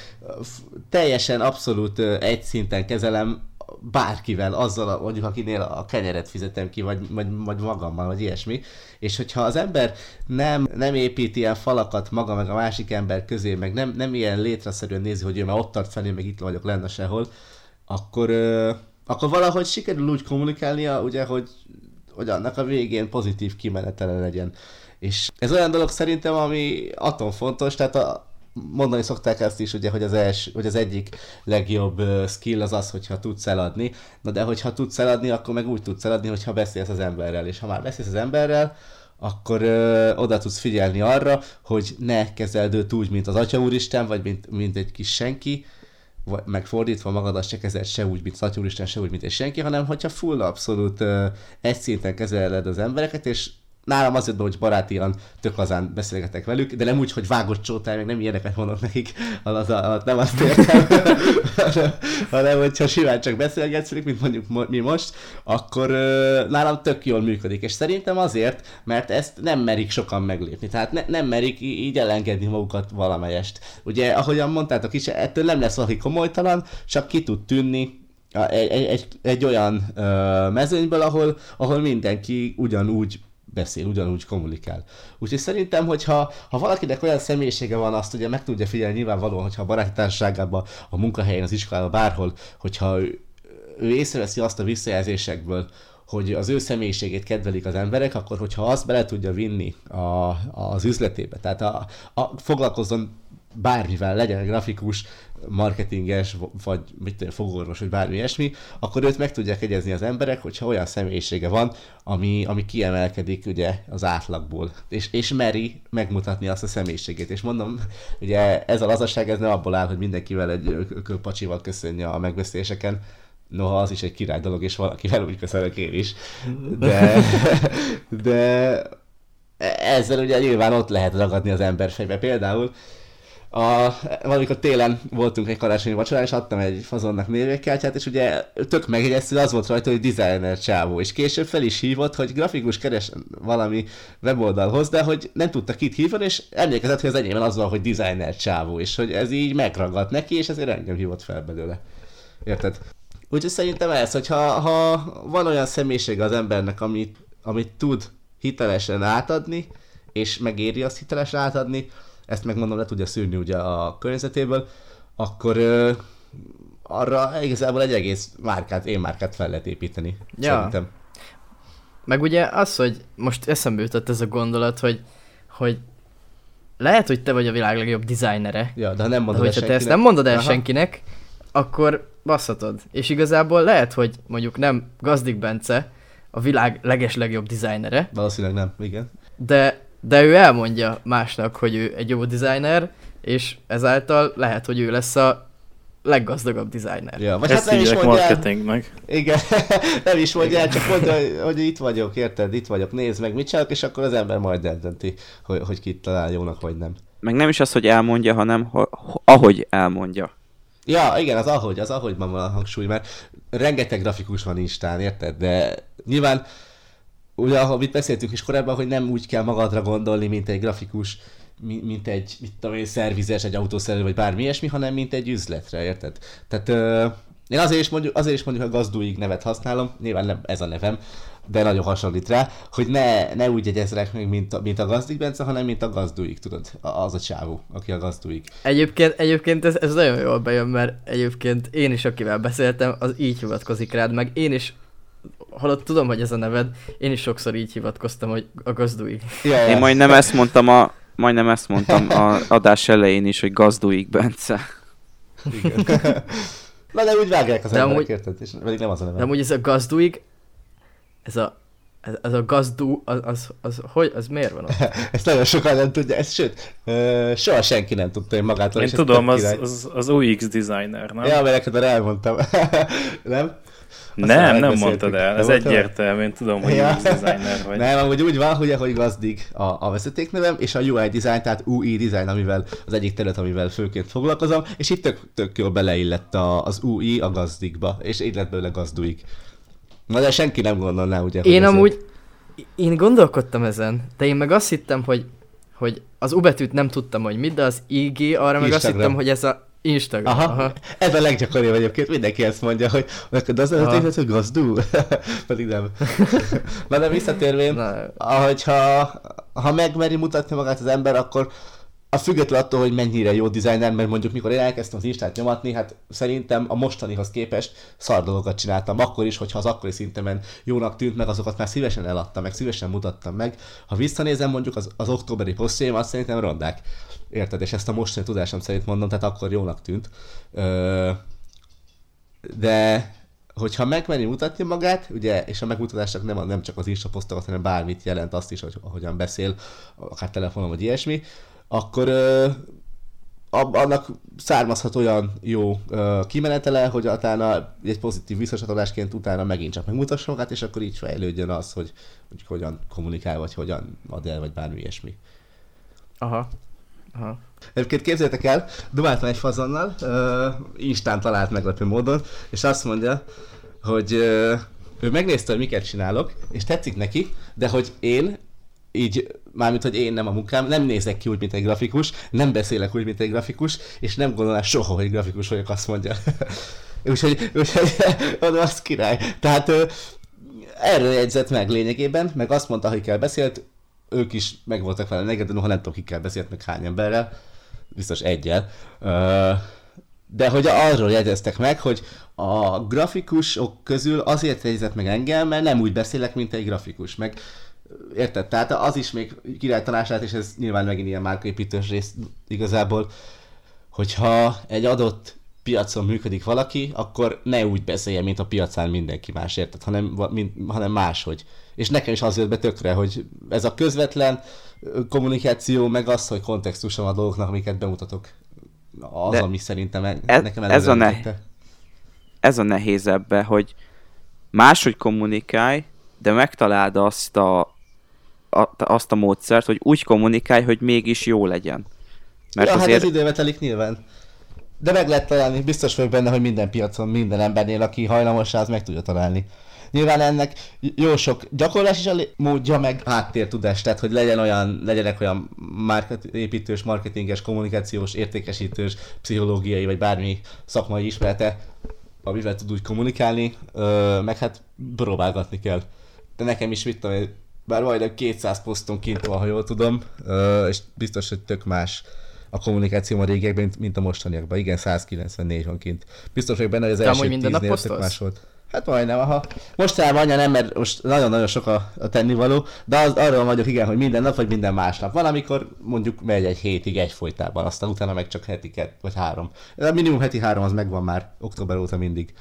teljesen abszolút egy szinten kezelem bárkivel, azzal, mondjuk akinél a kenyeret fizetem ki, vagy, vagy, vagy magammal, vagy ilyesmi, és hogyha az ember nem, nem épít ilyen falakat maga meg a másik ember közé, meg nem, nem ilyen létreszerűen nézi, hogy ő már ott tart felé, meg itt vagyok lenne sehol, akkor, euh, akkor valahogy sikerül úgy kommunikálnia, ugye, hogy, hogy annak a végén pozitív kimenetele legyen. És ez olyan dolog szerintem, ami attól fontos, tehát a mondani szokták ezt is, ugye, hogy az, els, hogy az egyik legjobb uh, skill az az, hogyha tudsz eladni. Na de hogyha tudsz eladni, akkor meg úgy tudsz eladni, hogyha beszélsz az emberrel. És ha már beszélsz az emberrel, akkor uh, oda tudsz figyelni arra, hogy ne kezeld őt úgy, mint az Atya Úristen, vagy mint, mint egy kis senki, vagy megfordítva magadat se kezeld se úgy, mint az Atya Úristen, se úgy, mint egy senki, hanem hogyha full abszolút uh, egy szinten kezeled az embereket, és nálam azért, hogy barátian tök lazán beszélgetek velük, de nem úgy, hogy vágott csótály, meg nem ilyeneket mondok nekik, alatt, alatt nem azt értem, hanem, hanem hogyha simán csak beszélgetsz velük, mint mondjuk mi most, akkor uh, nálam tök jól működik, és szerintem azért, mert ezt nem merik sokan meglépni, tehát ne, nem merik így elengedni magukat valamelyest. Ugye, ahogyan mondtátok is, ettől nem lesz valaki komolytalan, csak ki tud tűnni egy, egy, egy, egy olyan uh, mezőnyből, ahol, ahol mindenki ugyanúgy beszél, ugyanúgy kommunikál. Úgyhogy szerintem, hogyha ha valakinek olyan személyisége van, azt ugye meg tudja figyelni nyilvánvalóan, hogyha a baráti társaságában, a munkahelyen, az iskolában, bárhol, hogyha ő, ő észreveszi azt a visszajelzésekből, hogy az ő személyiségét kedvelik az emberek, akkor hogyha azt bele tudja vinni a, az üzletébe, tehát a, a, foglalkozzon bármivel, legyen grafikus, marketinges, vagy mit tudom, fogorvos, vagy bármi ilyesmi, akkor őt meg tudják egyezni az emberek, hogyha olyan személyisége van, ami, ami kiemelkedik ugye az átlagból, és, és meri megmutatni azt a személyiségét. És mondom, ugye ez a lazaság, ez nem abból áll, hogy mindenkivel egy pacsival köszönje a megbeszéléseken, noha az is egy király dolog, és valakivel úgy köszönök én is, de, de ezzel ugye nyilván ott lehet ragadni az ember fejbe. Például A, valamikor télen voltunk egy karácsonyi vacsorán, és adtam egy fazonnak névjegykártyát, és ugye tök megjegyeztő, az volt rajta, hogy designer csávó, és később fel is hívott, hogy grafikus keres valami weboldalhoz, de hogy nem tudta kit hívni, és emlékezett, hogy az enyémben az van, hogy designer csávó, és hogy ez így megragadt neki, és ezért engem hívott fel belőle. Érted? Úgyhogy szerintem ez, hogy ha, ha van olyan személyisége az embernek, amit, amit tud hitelesen átadni, és megéri azt hitelesen átadni, ezt megmondom, le tudja szűrni ugye a környezetéből, akkor ö, arra igazából egy egész márkát, én márkát fel lehet építeni, ja. Szerintem. Meg ugye az, hogy most eszembe jutott ez a gondolat, hogy, hogy lehet, hogy te vagy a világ legjobb dizájnere, ja, de ha nem mondod de el hogyha senkinek, te ezt nem mondod el aha. senkinek, akkor basszhatod. És igazából lehet, hogy mondjuk nem Gazdik Bence a világ legeslegjobb dizájnere. Valószínűleg nem, igen. De De ő elmondja másnak, hogy ő egy jó designer, és ezáltal lehet, hogy ő lesz a leggazdagabb designer. Ja, vagy ezt hát nem is marketingnek. Igen, nem is mondja el, csak mondja, hogy, hogy itt vagyok, érted, itt vagyok, nézd meg, mit csinálok, és akkor az ember majd eldönti, hogy, hogy kit talál jónak, vagy nem. Meg nem is az, hogy elmondja, hanem ho- ahogy elmondja. Ja, igen, az ahogy, az ahogyban van a hangsúly, mert rengeteg grafikus van Instán, érted, de nyilván ugye, amit beszéltünk is korábban, hogy nem úgy kell magadra gondolni, mint egy grafikus, mint egy, mit tudom én, szervizes, egy autószerelő, vagy bármi ilyesmi, hanem mint egy üzletre, érted? Tehát uh, én azért is, mondjuk, azért is mondjuk a Gazduig nevet használom, nyilván nem ez a nevem, de nagyon hasonlít rá, hogy ne, ne úgy jegyezzelek meg, mint a, mint a Gazdig Bence, hanem mint a Gazduig, tudod? Az a csávó, aki a Gazduig. Egyébként, egyébként ez, ez nagyon jól bejön, mert egyébként én is, akivel beszéltem, az így hivatkozik rád, meg én is, holott tudom, hogy ez a neved, én is sokszor így hivatkoztam, hogy a Gazduig. Ja, én majdnem ezt mondtam a, majdnem ezt mondtam a adás elején is, hogy Gazduig Bence. Igen. Na de úgy vágják az de emberek, amúgy, érted? És pedig nem az a neve. De amúgy ez a Gazduig, ez a, ez, ez a Gazdu, az, az, az, hogy, az miért van ott? Ezt nagyon sokan nem tudja, ezt sőt, uh, soha senki nem tudta én magától. Én tudom, az, az, az u iksz designer, nem? Ja, mert neked már elmondtam. Nem? Nem, nem mondtad el, ez egyértelmű, én tudom, hogy ja. u iksz designer vagy. Nem, amúgy úgy van, ugye, hogy Gazdig a, a vezetéknevem, és a u i design, tehát u i design, amivel az egyik terület, amivel főként foglalkozom, és itt tök, tök jól beleillett a, az u i a Gazdigba, és így lett belőle Gazduig. Na de senki nem gondolná, ugye, Én hogy amúgy, én gondolkodtam ezen, de én meg azt hittem, hogy, hogy az U betűt nem tudtam, hogy mit, de az I G, arra Instagram. Meg azt hittem, hogy ez a Instagram. Aha. Aha. Ez a leggyakoribb egyébként, mindenki ezt mondja, hogy neked az az, hogy Gazdu, pedig nem. Na de visszatérvén, ahogyha ha megmeri mutatni magát az ember, akkor a független attól, hogy mennyire jó designer, mert mondjuk mikor én elkezdtem az Instát nyomatni, hát szerintem a mostanihoz képest szar dolgokat csináltam, akkor is, hogyha az akkori szintemen jónak tűnt, meg azokat már szívesen eladtam, meg szívesen mutattam meg. Ha visszanézem mondjuk az, az októberi posztjaim, azt szerintem rondák. Érted? És ezt a mostani tudásom szerint mondom, tehát akkor jónak tűnt. Ö, de hogyha megmeri mutatni magát, ugye, és a megmutatásnak nem, nem csak az Insta posztokat, hanem bármit jelent azt is, hogy hogyan beszél, akár telefonon vagy ilyesmi, akkor ö, annak származhat olyan jó ö, kimenetele, hogy utána egy pozitív visszacsatolásként utána megint csak megmutassa magát, és akkor így fejlődjön az, hogy, hogy hogyan kommunikál, vagy hogyan ad el, vagy bármi ilyesmi. Aha. Aha. Egyébként képzeljétek el, dumáltam egy fazonnal, uh, Instán talált meglepő módon, és azt mondja, hogy uh, ő megnézte, hogy miket csinálok, és tetszik neki, de hogy én így, mármint, hogy én nem a munkám, nem nézek ki úgy, mint egy grafikus, nem beszélek úgy, mint egy grafikus, és nem gondolná soha, hogy grafikus vagyok, azt mondja. úgyhogy, úgyhogy mondom, az király. Tehát uh, erről jegyzett meg lényegében, meg azt mondta, hogy kell beszélt, ők is meg voltak vele negedben, noha nem tudom, kikkel beszélt, meg hány emberrel, biztos egyel. De hogy arról jegyeztek meg, hogy a grafikusok közül azért jegyzett meg engem, mert nem úgy beszélek, mint egy grafikus. Meg érted? Tehát az is még király tanácsát, és ez nyilván megint ilyen márkaépítős rész igazából, hogyha egy adott piacon működik valaki, akkor ne úgy beszéljen, mint a piacán mindenki más, érted? Hanem, mint, hanem máshogy. És nekem is az jött be tökre, hogy ez a közvetlen kommunikáció, meg az, hogy kontextusa van a dolgoknak, amiket bemutatok, az, de ami szerintem e- nekem ez a, ne- ez a nehéz ebbe, hogy máshogy kommunikálj, de megtaláld azt a, a, azt a módszert, hogy úgy kommunikálj, hogy mégis jó legyen. Mert ja, azért... hát ez időbe telik nyilván. De meg lehet találni, biztos vagyok benne, hogy minden piacon, minden embernél, aki hajlamos rá, az meg tudja találni. Nyilván ennek jó sok gyakorlás is a módja, meg háttértudás, tehát hogy legyen olyan, legyenek olyan építős, marketinges, kommunikációs, értékesítős, pszichológiai vagy bármi szakmai ismerete, amivel tud úgy kommunikálni, meg hát próbálgatni kell. De nekem is mit tudom, bár majdnem kétszáz poszton kint van, ha jól tudom, és biztos, hogy tök más a kommunikáció a régiekben, mint a mostaniakban. Igen, száz kilencvennégy van kint. Biztos vagyok benne, hogy az első tíznél tök más volt. Hát majdnem, aha. Mostanában anya nem, mert most nagyon-nagyon sok a, a tennivaló, de az, arról vagyok, igen, hogy minden nap vagy minden másnap. Van, amikor mondjuk megy egy hétig egyfolytában, aztán utána meg csak heti kettő vagy három. A minimum heti három az megvan már október óta mindig.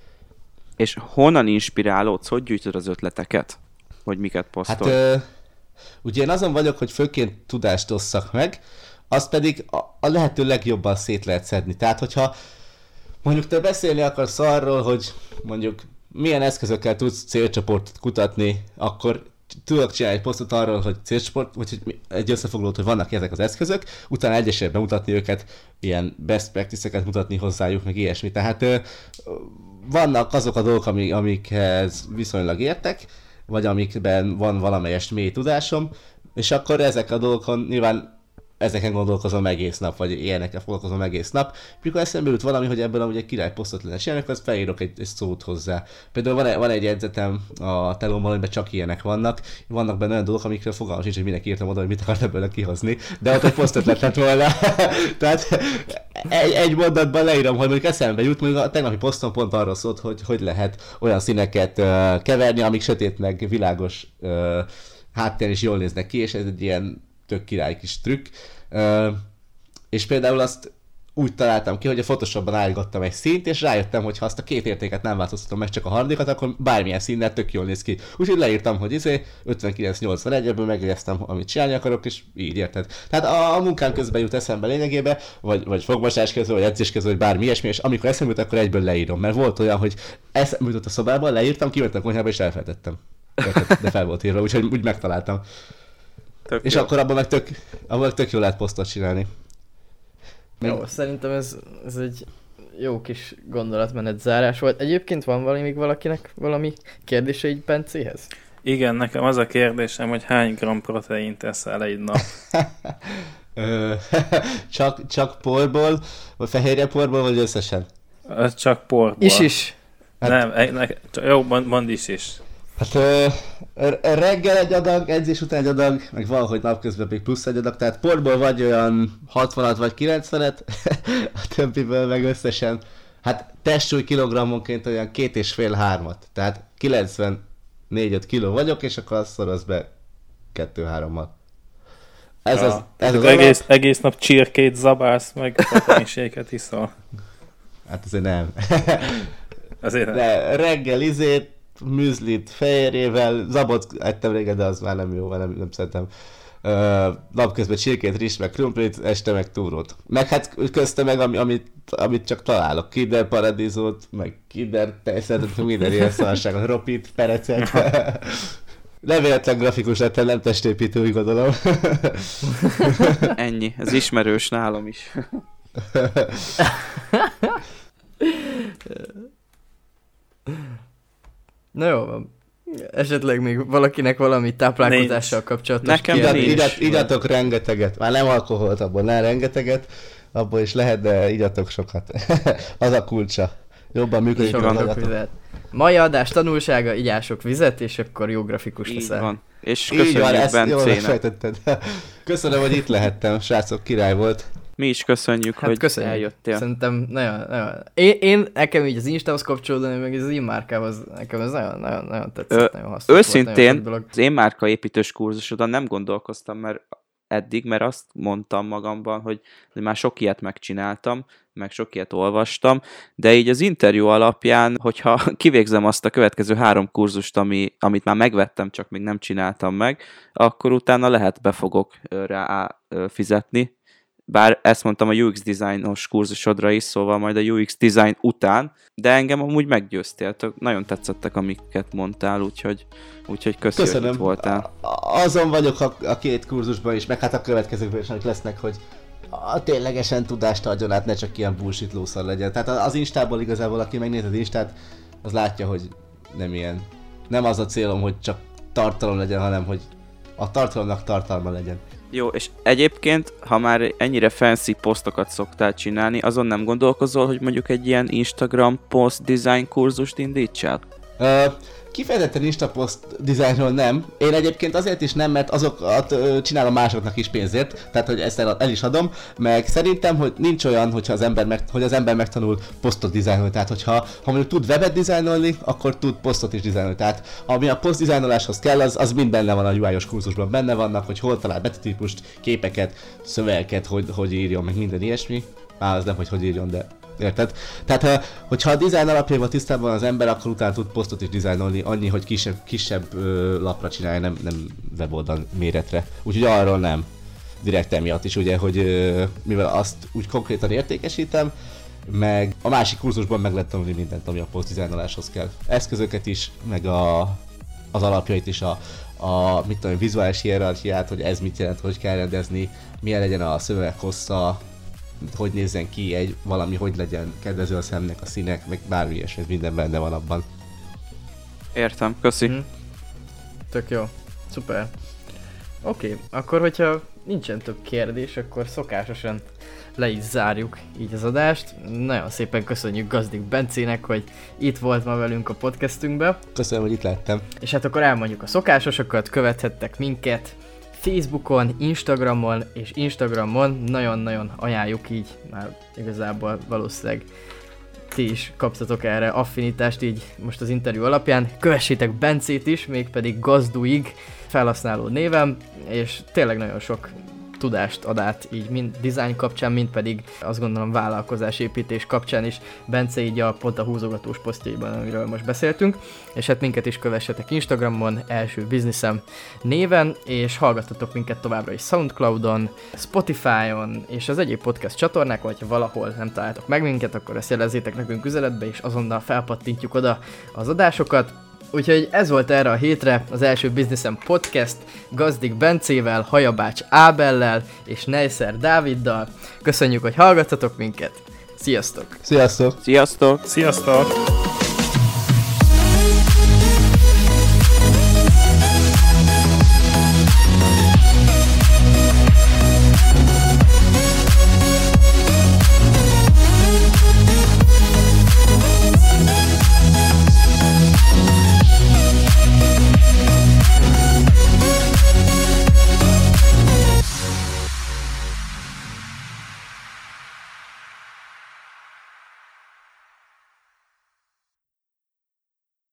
És honnan inspirálódsz, hogy gyűjtöd az ötleteket? Hogy miket posztolj? Hát, ö, ugye én azon vagyok, hogy főként tudást osszak meg, azt pedig a, a lehető legjobban szét lehet szedni. Tehát, hogyha mondjuk te beszélni akarsz arról, hogy mondjuk milyen eszközökkel tudsz célcsoportot kutatni, akkor tudok csinálni egy posztot arról, hogy célcsoport, vagy egy összefoglalót, hogy vannak ezek az eszközök, utána egyesével bemutatni őket, ilyen best practice-eket mutatni hozzájuk, meg ilyesmi. Tehát ö, vannak azok a dolgok, amik, amikhez viszonylag értek, vagy amikben van valamelyest mély tudásom, és akkor ezek a dolgokon nyilván ezeken gondolkozom egész nap, vagy ilyenekkel foglalkozom egész nap. Mikor eszembe jut valami, hogy ebből amúgy egy király posztot lenne csinálni, akkor azt felírok egy, egy szót hozzá. Például van, van egy jegyzetem a telómban, amiben csak ilyenek vannak. Vannak benne olyan dolgok, amikről fogalmam sincs, hogy minek írtam oda, hogy mit akart ebből kihozni. De ott egy posztot lett volna. Tehát egy, egy mondatban leírom, hogy mondjuk eszembe jut, mondjuk a tegnapi poszton pont arról szólt, hogy hogy lehet olyan színeket uh, keverni, amik sötét meg világos uh, háttéren is jól néznek ki, és ez egy ilyen tök király kis trükk. Uh, és például azt úgy találtam ki, hogy a Photoshopban állítottam egy színt, és rájöttem, hogy ha azt a két értéket nem változtatom meg, csak a harmadikat, akkor bármilyen színnel tök jól néz ki. Úgyhogy leírtam, hogy izé ötvenkilenc nyolcvanegy, ebből megjegyeztem, amit csinálni akarok, és így érted. Tehát a, a munkám közben jut eszembe lényegében, vagy, vagy fogmosás közben, vagy edzés közben, vagy bármi ilyesmi, és amikor eszembe jut, akkor egyből leírom. Mert volt olyan, hogy eszembe jutott a szobában, leírtam, kimentem a konyhába, és elfelejtettem. De fel volt írva, úgyhogy úgy megtaláltam. Tök és jó. Akkor abban meg tök, abban meg tök jól lehet posztot csinálni. Jó, Még... szerintem ez, ez egy jó kis gondolatmenet zárás volt. Egyébként van valami, még valakinek valami kérdése így Bencéhez? Igen, nekem az a kérdésem, hogy hány gram proteint teszel egy nap? csak, csak porból, vagy fehérje porból, vagy összesen? Csak porból. Is is. Hát... Nem, ne, csak, jó, mond, mondd is is. Hát ö, reggel egy adag, edzés után egy adag, meg valahogy napközben még plusz egy adag, tehát portból vagy olyan hatvanat vagy kilencvenet, a többiből meg összesen, hát testsúly kilogrammonként olyan két és fél hármat, tehát kilencvennégy-öt kiló vagyok, és akkor azt szoroz be kettő-hárommal. Ez ja, az, ez az egész, alap... egész nap csirkét zabálsz, meg proteinséket iszol. Hát azért nem. Azért nem. De reggel izét, műzlit fehérjével, zabot ettem régen, de az már nem jó, nem, nem szeretem. Uh, napközben csirkét, rizs, meg krumplit, este meg túrót. Meg hát közte meg, ami, amit, amit csak találok. Kinder paradízót, meg kinder tejszert, minden ilyen szarságot, ropit, perecet. Nem véletlen grafikus lettem, nem testépítő, úgy gondolom. Ennyi, ez ismerős nálam is. Na jó van. Esetleg még valakinek valami táplálkozással nincs. kapcsolatos Nekem kérdés. Igyat, igyatok rengeteget. Már nem alkoholt abból, nem rengeteget. Abból is lehet, de igyatok sokat. Az a kulcsa. Jobban működik az agyatok. Mai adás tanulsága, igyások vizet, és akkor jó grafikus így leszel. Van. És köszönjük Bencének. Köszönöm, hogy itt lehettem. Srácok, király volt. Mi is köszönjük, hát hogy köszönjük. eljöttél. Szerintem nagyon, nagyon... Én, én nekem így az Instához kapcsolódani, meg az én márkához, nekem ez nagyon, nagyon, nagyon tetszett, Ö, nagyon hasznos őszintén, volt, az én márkaépítős kurzusodon nem gondolkoztam, mert eddig, mert azt mondtam magamban, hogy már sok ilyet megcsináltam, meg sok ilyet olvastam, de így az interjú alapján, hogyha kivégzem azt a következő három kurzust, ami, amit már megvettem, csak még nem csináltam meg, akkor utána lehet be fogok rá fizetni. Bár ezt mondtam a u iksz designos kurzusodra is, szóval majd a u iksz design után, de engem amúgy meggyőztél, nagyon tetszettek, amiket mondtál, úgyhogy, úgyhogy köszi, köszönöm. Hogy itt voltál. Azon vagyok a, a két kurzusban is, meg hát a következőkben is, amik lesznek, hogy a ténylegesen tudást adjon át, ne csak ilyen bullshit lószar legyen. Tehát az Instából igazából, aki megnéz az Instát, az látja, hogy nem ilyen. Nem az a célom, hogy csak tartalom legyen, hanem hogy a tartalomnak tartalma legyen. Jó, és egyébként, ha már ennyire fancy posztokat szoktál csinálni, azon nem gondolkozol, hogy mondjuk egy ilyen Instagram post design kurzust indítsál? Uh, kifejezetten Insta post designról nem. Én egyébként azért is nem, mert azokat uh, csinálom másoknak is pénzért, tehát hogy ezt el, el is adom, meg szerintem, hogy nincs olyan, hogyha az ember meg, hogy az ember megtanul posztot dizájnolni, tehát hogyha ha mondjuk tud webet dizájnolni, akkor tud posztot is dizájnolni, tehát ami a post dizájnoláshoz kell, az, az mind benne van a u i-os kurzusban, benne vannak, hogy hol talál betatípust, képeket, szövegeket, hogy, hogy írjon, meg minden ilyesmi. Á, az nem, hogy hogy írjon, de érted? Tehát, hogyha a dizájn alapjában tisztában van az ember, akkor utána tud posztot is dizájnolni, annyi, hogy kisebb, kisebb ö, lapra csinálja, nem, nem weboldal méretre. Úgyhogy arról nem. Direkt emiatt is, ugye, hogy ö, mivel azt úgy konkrétan értékesítem, meg a másik kurzusban meg lehet tanulni mindent, ami a post dizájnoláshoz kell. Eszközöket is, meg a, az alapjait is, a, a mit tudom, vizuális hierarchiát, hogy ez mit jelent, hogy kell rendezni, milyen legyen a szöveg hossza, hogy nézzen ki egy valami, hogy legyen kedvező a szemnek, a színek, meg bármi ilyesmi, minden benne van abban. Értem, köszi. Mm. Tök jó. Szuper. Oké, okay, akkor hogyha nincsen több kérdés, akkor szokásosan le is zárjuk így az adást. Nagyon szépen köszönjük Gazdik Bencének, hogy itt volt ma velünk a podcastünkben. Köszönöm, hogy itt lettem. És hát akkor elmondjuk a szokásosokat, követhettek minket Facebookon, Instagramon és Instagramon. Nagyon-nagyon ajánljuk így, már igazából valószínűleg ti is kaptatok erre affinitást így most az interjú alapján. Kövessétek Bencét is, mégpedig Gazduig felhasználó névem, és tényleg nagyon sok tudást ad át így mind design kapcsán, mind pedig azt gondolom vállalkozásépítés kapcsán is. Bence így a pont a húzogatós posztjaiban, amiről most beszéltünk, és hát minket is kövessetek Instagramon, első bizniszem néven, és hallgattatok minket továbbra is Soundcloudon, Spotify-on, és az egyéb podcast csatornákon, hogyha valahol nem találtok meg minket, akkor ezt jelezzétek nekünk üzenetbe, és azonnal felpattintjuk oda az adásokat. Úgyhogy ez volt erre a hétre az első Bizniszem Podcast Gazdik Bencével, Hajabács Ábellel és Neisser Dáviddal. Köszönjük, hogy hallgattatok minket. Sziasztok! Sziasztok! Sziasztok! Sziasztok!